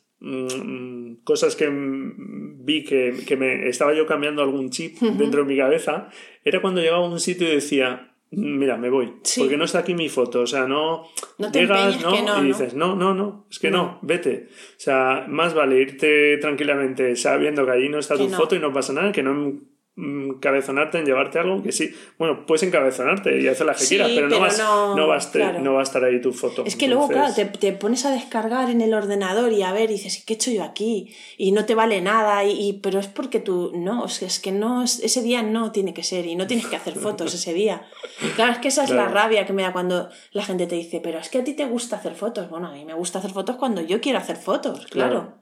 A: mm, cosas que mm, vi que, que me estaba yo cambiando algún chip dentro de mi cabeza era cuando llegaba a un sitio y decía, mira, me voy,
C: Sí.
A: porque no está aquí mi foto, o sea, no,
C: No te
A: llegas,
C: empeñes
A: ¿no?
C: que no,
A: y
C: ¿no?
A: dices, no, no, no, es que no.
C: No.
A: vete, o sea, más vale irte tranquilamente sabiendo que allí no está
C: Que
A: tu
C: no.
A: foto y no pasa nada, que no encabezonarte en llevarte algo que sí, bueno, puedes encabezonarte y hacer la que
C: Sí,
A: quieras, pero, no,
C: pero
A: vas,
C: no-
A: no, vas te-
C: claro.
A: no va a estar ahí tu foto.
C: Es que luego,
A: Entonces,
C: claro, te, te pones a descargar en el ordenador y a ver, y dices, ¿qué he hecho yo aquí? Y no te vale nada, y, y- pero es porque tú, no, o sea, es que no, es- ese día no tiene que ser, y no tienes que hacer fotos ese día. Claro, es que esa es
A: Claro.
C: la rabia que me da cuando la gente te dice, pero es que a ti te gusta hacer fotos. Bueno, a mí me gusta hacer fotos cuando yo quiero hacer fotos, claro.
A: Claro.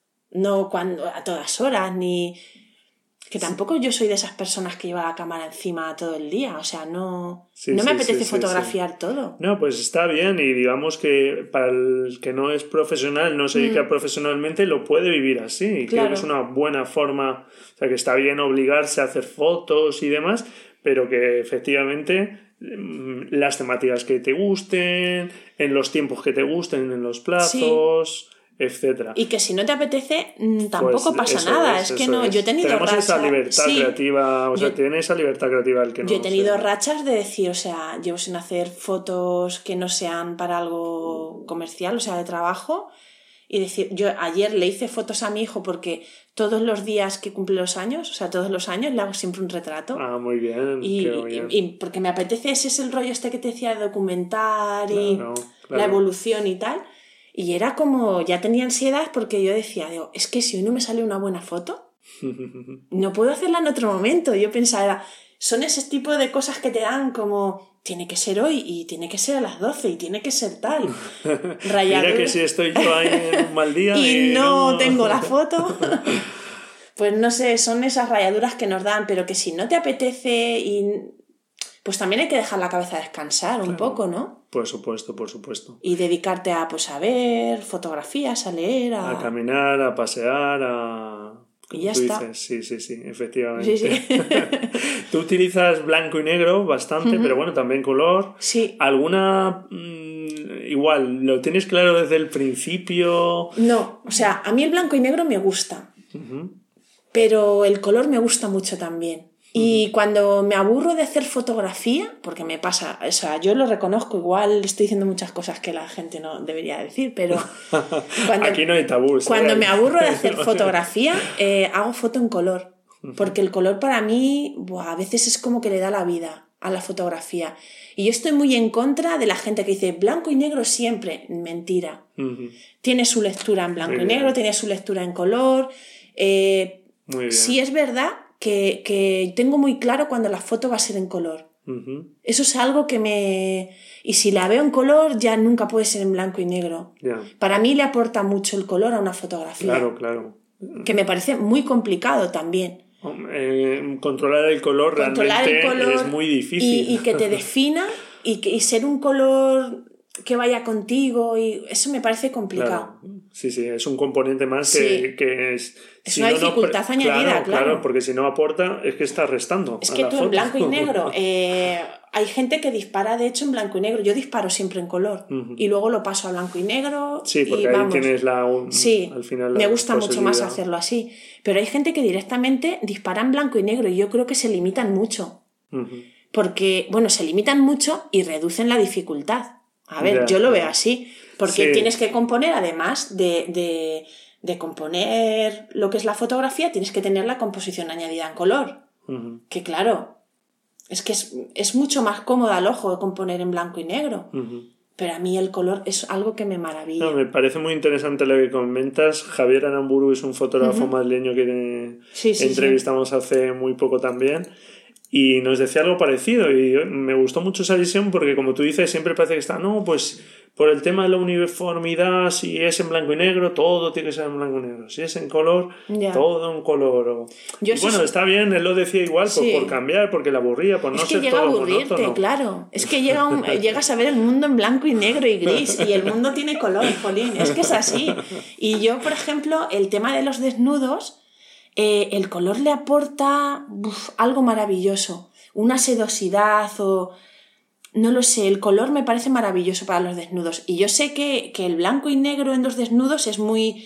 C: No cuando a todas horas, ni... Que tampoco yo soy de esas personas que lleva la cámara encima todo el día, o sea, no,
A: Sí,
C: no me
A: sí,
C: apetece
A: sí, sí,
C: fotografiar todo.
A: No, pues está bien y digamos que para el que no es profesional, no se dedica profesionalmente, lo puede vivir así. Y creo
C: Claro.
A: que es una buena forma, o sea, que está bien obligarse a hacer fotos y demás, pero que efectivamente mm, las temáticas que te gusten, en los tiempos que te gusten, en los plazos, etcétera.
C: Y que si no te apetece, mm, tampoco
A: Pues
C: pasa
A: eso
C: nada.
A: es,
C: Es, que
A: eso
C: no,
A: es.
C: yo he tenido
A: Tenemos
C: rachas.
A: esa libertad
C: sí,
A: creativa, o sea,
C: yo-
A: tiene esa libertad creativa el que no
C: yo he tenido
A: sé.
C: rachas de decir, o sea, llevo sin hacer fotos que no sean para algo comercial, o sea, de trabajo. Y decir, yo ayer le hice fotos a mi hijo porque todos los días que cumple los años, o sea, todos los años le hago siempre un retrato.
A: Ah, muy bien,
C: Y,
A: qué
C: y-
A: bien.
C: y porque me apetece, ese es el rollo este que te decía de documentar y
A: Claro,
C: la
A: claro.
C: evolución y tal. Y era como, ya tenía ansiedad porque yo decía, digo, es que si hoy no me sale una buena foto, no puedo hacerla en otro momento. Yo pensaba, son ese tipo de cosas que te dan como, tiene que ser hoy y tiene que ser a las doce y tiene que ser tal. Rayadura.
A: Mira que si estoy yo ahí en un mal día
C: y
A: y
C: no,
A: no
C: tengo la foto. Pues no sé, son esas rayaduras que nos dan, pero que si no te apetece y... pues también hay que dejar la cabeza descansar un
A: Claro.
C: poco, ¿no?
A: Por supuesto, por supuesto.
C: Y dedicarte a, pues, a ver fotografías, a leer, a...
A: A caminar, a pasear, a...
C: Y ya
A: tú
C: está.
A: dices. Sí, sí, sí, efectivamente.
C: Sí, sí.
A: Tú utilizas blanco y negro bastante,
C: Ujú.
A: pero bueno, también color.
C: Sí.
A: ¿Alguna... mm, igual, lo tienes claro desde el principio?
C: No, o sea, a mí el blanco y negro me gusta,
A: Ujú.
C: pero el color me gusta mucho también. Y cuando me aburro de hacer fotografía, porque me pasa, o sea, yo lo reconozco, igual estoy diciendo muchas cosas que la gente no debería decir, pero cuando,
A: Aquí no hay tabús.
C: cuando
A: ¿eh?
C: me aburro de hacer fotografía, eh, hago foto en color, porque el color para mí, buah, a veces es como que le da la vida a la fotografía. Y yo estoy muy en contra de la gente que dice blanco y negro siempre. Mentira.
A: Ujú.
C: Tiene su lectura en blanco
A: Muy
C: y negro,
A: bien.
C: tiene su lectura en color. Eh,
A: Muy bien.
C: sí es verdad que, que tengo muy claro cuando la foto va a ser en color.
A: Ujú.
C: Eso es algo que me... Y si la veo en color, ya nunca puede ser en blanco y negro.
A: Ya.
C: Para mí le aporta mucho el color a una fotografía.
A: Claro, claro.
C: Que me parece muy complicado también.
A: Eh, controlar el color
C: Controlar
A: realmente
C: el color
A: es muy difícil.
C: Y, y que te defina y, que, y ser un color que vaya contigo. Y eso me parece complicado.
A: Claro. Sí, sí, es un componente más
C: Sí.
A: que, que es...
C: Es
A: si
C: una
A: no nos
C: dificultad
A: pre-
C: añadida,
A: claro,
C: claro.
A: porque si no aporta es que está restando.
C: Es
A: a
C: que
A: la
C: tú
A: foto.
C: en blanco y negro, eh, hay gente que dispara de hecho en blanco y negro. Yo disparo siempre en color
A: Ujú.
C: y luego lo paso a blanco y negro.
A: Sí, porque
C: y
A: ahí
C: vamos.
A: tienes la, un-
C: Sí,
A: al final la
C: me gusta mucho más
A: posibilidad.
C: hacerlo así. Pero hay gente que directamente dispara en blanco y negro y yo creo que se limitan mucho.
A: Ujú.
C: Porque, bueno, se limitan mucho y reducen la dificultad. A ver,
A: Ya,
C: yo lo
A: ya.
C: veo así. Porque
A: Sí.
C: tienes que componer, además de, de, de componer lo que es la fotografía, tienes que tener la composición añadida en color.
A: Ujú.
C: Que claro, es que es, es mucho más cómodo al ojo componer en blanco y negro.
A: Ujú.
C: Pero a mí el color es algo que me maravilla.
A: No, me parece muy interesante lo que comentas. Javier Aramburu es un fotógrafo
C: Ujú.
A: madrileño que
C: Sí, sí,
A: entrevistamos hace muy poco también. Y nos decía algo parecido y me gustó mucho esa visión porque, como tú dices, siempre parece que está, no, pues por el tema de la uniformidad, si es en blanco y negro, todo tiene que ser en blanco y negro. Si es en color,
C: Ya.
A: todo en color. O...
C: Yo
A: Y
C: eso
A: bueno,
C: es-
A: está bien, él lo decía igual, por,
C: Sí.
A: por cambiar, porque le aburría, por no
C: Es que
A: ser
C: llega a
A: todo
C: aburrirte,
A: monótono.
C: claro. Es que llega un- llegas a ver el mundo en blanco y negro y gris y el mundo tiene color, jolín. Es que es así. Y yo, por ejemplo, el tema de los desnudos, eh, el color le aporta uf, algo maravilloso. Una sedosidad o... No lo sé, el color me parece maravilloso para los desnudos. Y yo sé que, que el blanco y negro en los desnudos es muy...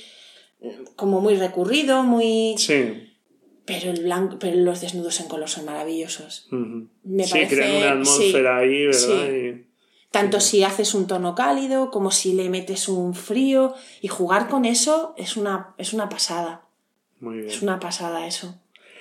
C: como muy recurrido, muy...
A: Sí.
C: Pero, el blanco, pero los desnudos en color son maravillosos.
A: Ujú.
C: Me
A: sí,
C: parece-
A: crean una atmósfera
C: sí,
A: ahí, ¿verdad?
C: sí.
A: Y-
C: Tanto si haces un tono cálido como si le metes un frío. Y jugar con eso es una, es una pasada.
A: Muy bien.
C: Es una pasada eso.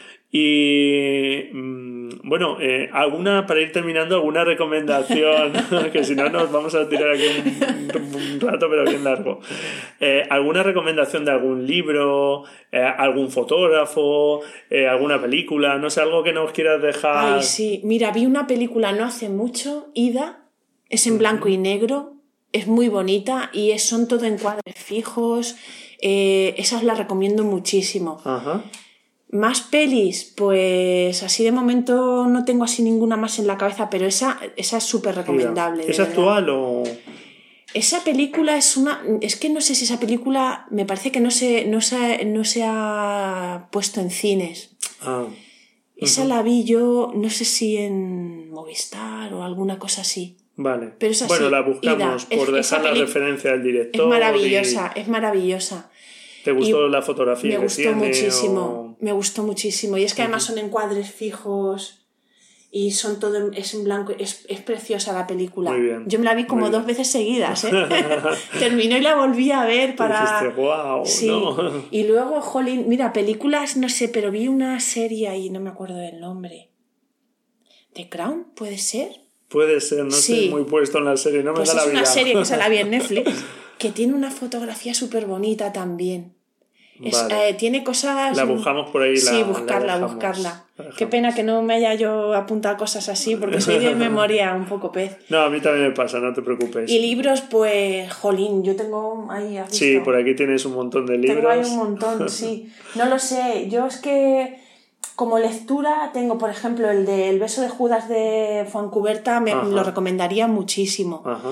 A: Y mm, bueno, eh, alguna, para ir terminando, alguna recomendación, que si no nos vamos a tirar aquí un, un rato, pero bien largo. Eh, ¿Alguna recomendación de algún libro, eh, algún fotógrafo, eh, alguna película? No sé, algo que nos quieras dejar.
C: Ay, sí. Mira, vi una película no hace mucho, Ida. Es en blanco y negro. Es muy bonita y es, son todo encuadres fijos. Eh, esa os la recomiendo muchísimo.
A: Ajá.
C: Más pelis, pues así de momento no tengo así ninguna más en la cabeza, pero esa, esa es súper recomendable. de
A: ¿Es
C: verdad.
A: actual o...?
C: Esa película es una... Es que no sé si esa película me parece que no se, no se, no se ha puesto en cines.
A: Ah,
C: Esa la vi yo, no sé si en Movistar o alguna cosa así.
A: vale.
C: Pero es así,
A: bueno, la buscamos
C: Ida.
A: por
C: Es- esa
A: dejar la
C: peli-
A: referencia del director.
C: Es maravillosa,
A: y-
C: es maravillosa.
A: ¿Te gustó
C: Y
A: la fotografía
C: Me
A: que
C: gustó
A: tiene,
C: muchísimo,
A: o-
C: me gustó muchísimo. Y es que además son encuadres fijos y son todo en, es en blanco. Es, es preciosa la película.
A: Muy bien,
C: Yo me la vi como
A: muy
C: dos
A: bien.
C: veces seguidas, ¿eh? Terminó y la volví a ver para...
A: Dijiste, "Guau",
C: Sí.
A: ¿no?
C: Y luego, jolín, mira, películas, no sé, pero vi una serie ahí, no me acuerdo del nombre. ¿The Crown? ¿Puede ser?
A: Puede ser, no
C: Sí.
A: estoy muy puesto en la serie, no me
C: Pues
A: da la
C: es
A: vida.
C: una serie que se la vi en Netflix, que tiene una fotografía súper bonita también. Es,
A: Vale.
C: eh, tiene cosas...
A: La buscamos por ahí.
C: Sí,
A: la,
C: buscarla,
A: la dejamos,
C: buscarla.
A: la
C: Qué pena que no me haya yo apuntado cosas así, porque soy de memoria un poco pez.
A: No, a mí también me pasa, no te preocupes.
C: Y libros, pues, jolín, yo tengo ahí... ¿has
A: Sí,
C: visto?
A: por aquí tienes un montón de libros.
C: Tengo ahí un montón, sí. No lo sé, yo es que como lectura tengo, por ejemplo, el de El beso de Judas de Fontcuberta, me
A: Ajá.
C: lo recomendaría muchísimo.
A: Ajá.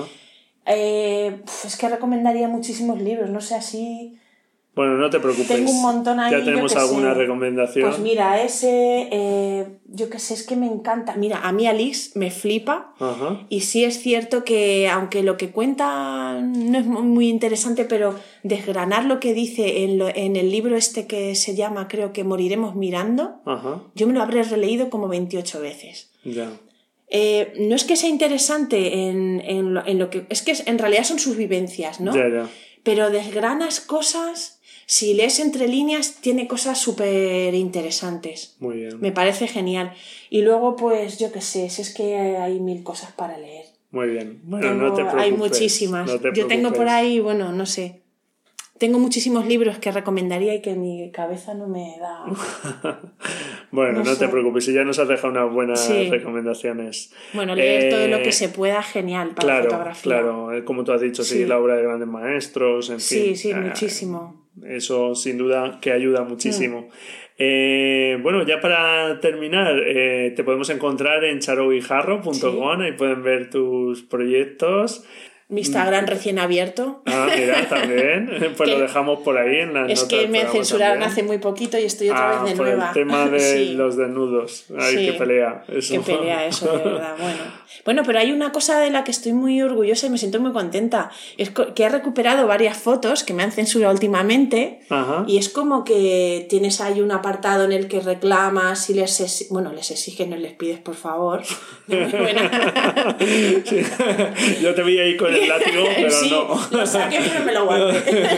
C: Eh, pf, es que recomendaría muchísimos libros, no sé, así...
A: Bueno, no te preocupes.
C: Tengo un montón ahí.
A: Ya tenemos
C: yo qué
A: alguna
C: sé.
A: recomendación.
C: Pues mira, ese, eh, yo qué sé, es que me encanta. Mira, a mí Alix me flipa.
A: Ajá.
C: Y sí es cierto que, aunque lo que cuenta no es muy interesante, pero desgranar lo que dice en, lo, en el libro este que se llama, creo que Moriremos mirando,
A: Ajá.
C: yo me lo habré releído como veintiocho veces.
A: Ya.
C: Eh, no es que sea interesante en, en, lo, en lo que... Es que en realidad son sus vivencias, ¿no?
A: Ya, ya.
C: Pero desgranas cosas, si lees entre líneas, tiene cosas súper interesantes.
A: Muy bien.
C: Me parece genial. Y luego, pues, yo qué sé, si es que hay mil cosas para leer.
A: Muy bien. Bueno,
C: Tengo-
A: no te preocupes.
C: hay muchísimas.
A: No te
C: yo tengo por
A: preocupes.
C: ahí, bueno, no sé. Tengo muchísimos libros que recomendaría y que mi cabeza no me da.
A: Bueno,
C: No
A: no,
C: sé.
A: te preocupes, si ya nos has dejado unas buenas
C: Sí.
A: recomendaciones.
C: Bueno, leer
A: Eh,
C: todo lo que se pueda, genial para
A: Claro,
C: fotografía.
A: claro. Eh, Como tú has dicho,
C: Sí.
A: seguir la obra de grandes maestros, en
C: Sí,
A: fin.
C: sí,
A: Eh,
C: muchísimo.
A: Eso sin duda que ayuda muchísimo.
C: Mm.
A: Eh, bueno, ya para terminar, eh, te podemos encontrar en charoguijarro punto com, ahí pueden ver tus proyectos.
C: Mi Instagram recién abierto.
A: Ah, mira, también. Pues
C: Que-
A: lo dejamos por ahí en las
C: Es
A: notas
C: que
A: del
C: me
A: programa
C: censuraron
A: también.
C: hace muy poquito y estoy otra
A: Ah,
C: vez de
A: por
C: nueva.
A: el tema de
C: Sí.
A: los desnudos. Ay,
C: Sí.
A: qué pelea. Eso.
C: Qué pelea eso, de verdad. Bueno. bueno, pero hay una cosa de la que estoy muy orgullosa y me siento muy contenta. Es co- que he recuperado varias fotos que me han censurado últimamente.
A: Ajá.
C: Y es como que tienes ahí un apartado en el que reclamas y les exi- bueno, les exiges, no les pides, por favor. Muy buena.
A: Sí. Yo te vi ahí con el látigo, pero
C: sí,
A: no.
C: lo saqué pero me lo guardé.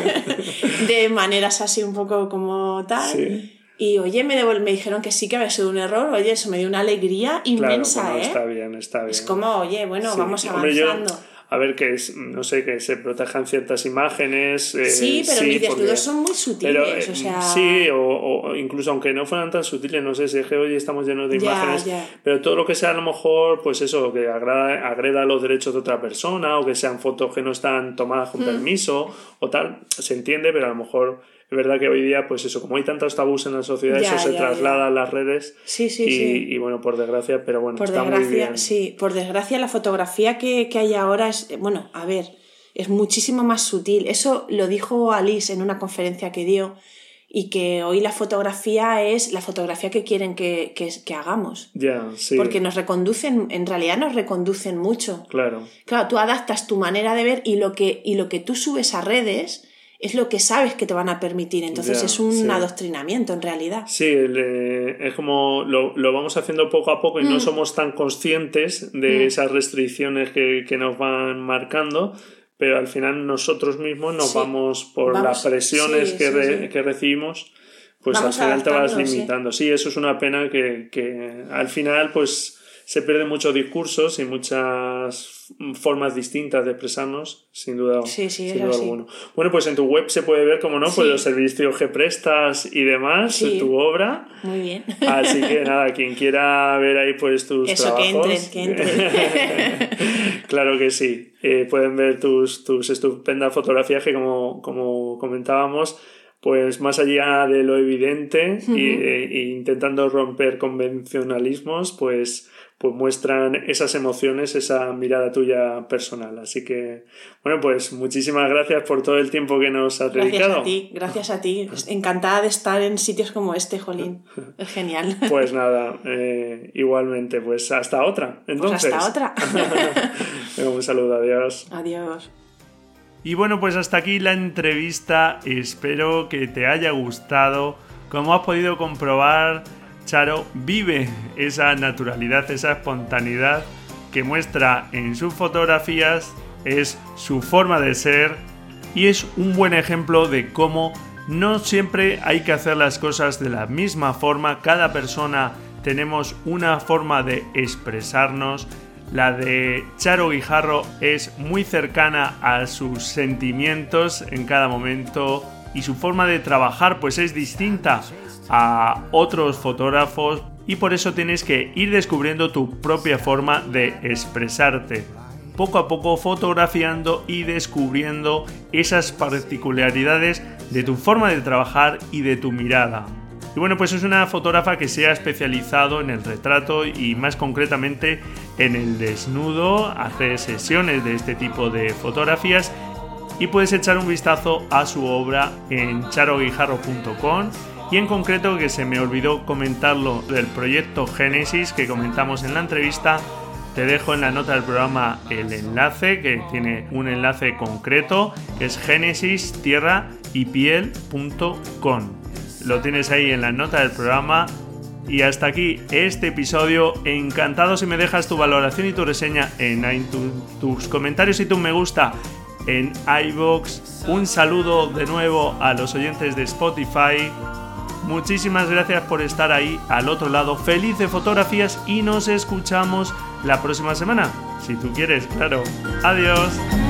C: De maneras así un poco como tal.
A: Sí.
C: Y oye, me, devol- me dijeron que sí que había sido un error. Oye, eso me dio una alegría
A: Claro,
C: inmensa,
A: bueno,
C: ¿eh?
A: está bien, está bien.
C: Es como, oye, bueno,
A: Sí.
C: vamos
A: Hombre, yo-
C: avanzando.
A: a ver, que es, no sé, que se protejan ciertas imágenes. eh,
C: Sí, pero mis desnudos
A: porque-
C: son muy sutiles,
A: pero, eh,
C: o sea...
A: Sí, o, o incluso aunque no fueran tan sutiles, no sé si es que hoy estamos llenos de
C: Ya,
A: imágenes,
C: ya.
A: pero todo lo que sea a lo mejor, pues eso, que agrada, agreda los derechos de otra persona, o que sean fotos que no están tomadas con
C: Mm.
A: permiso, o tal, se entiende, pero a lo mejor es verdad que hoy día, pues eso, como hay tantos tabús en la sociedad,
C: Ya,
A: eso se
C: ya,
A: traslada
C: ya.
A: a las redes.
C: Sí, sí,
A: y,
C: sí.
A: y bueno, por desgracia, pero bueno,
C: Por
A: está muy
C: desgracia,
A: bien.
C: sí, por desgracia la fotografía que, que hay ahora es, bueno, a ver, es muchísimo más sutil. Eso lo dijo Alice en una conferencia que dio y que hoy la fotografía es la fotografía que quieren que, que, que hagamos.
A: Ya, sí.
C: Porque nos reconducen, en realidad nos reconducen mucho.
A: Claro.
C: Claro, tú adaptas tu manera de ver y lo que, y lo que tú subes a redes es lo que sabes que te van a permitir. Entonces
A: Ya,
C: es un
A: sí.
C: adoctrinamiento en realidad.
A: Sí, el, eh, es como lo, lo vamos haciendo poco a poco y
C: Mm.
A: no somos tan conscientes de
C: Mm.
A: esas restricciones que, que nos van marcando, pero al final nosotros mismos nos
C: Sí.
A: vamos por
C: Vamos,
A: las presiones
C: sí,
A: que,
C: sí,
A: re-
C: sí.
A: que recibimos, pues
C: Vamos
A: al final te vas
C: adaptándonos, sí.
A: limitando. Sí, eso es una pena que, que al final pues se pierden muchos discursos y muchas formas distintas de expresarnos, sin duda,
C: Sí, sí,
A: sin
C: es
A: duda
C: así.
A: alguno. Bueno, pues en tu web se puede ver, como no, pues
C: Sí.
A: los servicios que prestas y demás,
C: Sí.
A: tu obra.
C: Muy bien.
A: Así que nada, quien quiera ver ahí pues tus
C: Eso, que
A: trabajos.
C: entren, que entren.
A: Claro que sí. Eh, pueden ver tus, tus estupendas fotografías que como, como comentábamos, pues más allá de lo evidente
C: Ujú.
A: y, eh, e intentando romper convencionalismos, pues, pues muestran esas emociones, esa mirada tuya personal. Así que, bueno, pues muchísimas gracias por todo el tiempo que nos has
C: Gracias
A: dedicado.
C: a ti, gracias a ti. Encantada de estar en sitios como este, Jolín. Es genial.
A: Pues nada, eh, igualmente, pues hasta otra. Entonces,
C: Pues hasta otra.
A: Venga, un saludo, adiós.
C: Adiós.
A: Y bueno, pues hasta aquí la entrevista. Espero que te haya gustado. Como has podido comprobar, Charo vive esa naturalidad, esa espontaneidad que muestra en sus fotografías. Es su forma de ser y es un buen ejemplo de cómo no siempre hay que hacer las cosas de la misma forma. Cada persona tenemos una forma de expresarnos. La de Charo Guijarro es muy cercana a sus sentimientos en cada momento, y su forma de trabajar pues es distinta a otros fotógrafos y por eso tienes que ir descubriendo tu propia forma de expresarte. Poco a poco fotografiando y descubriendo esas particularidades de tu forma de trabajar y de tu mirada. Y bueno, pues es una fotógrafa que se ha especializado en el retrato y más concretamente en el desnudo, hace sesiones de este tipo de fotografías y puedes echar un vistazo a su obra en charo guijarro punto com y en concreto, que se me olvidó comentarlo, del proyecto Génesis que comentamos en la entrevista. Te dejo en la nota del programa el enlace, que tiene un enlace concreto, que es genesis tierra y piel punto com. Lo tienes ahí en la nota del programa. Y hasta aquí este episodio. Encantado si me dejas tu valoración y tu reseña en iTunes, tus comentarios y tu me gusta en iVoox. Un saludo de nuevo a los oyentes de Spotify. Muchísimas gracias por estar ahí al otro lado. Feliz de fotografías y nos escuchamos la próxima semana. Si tú quieres, claro. Adiós.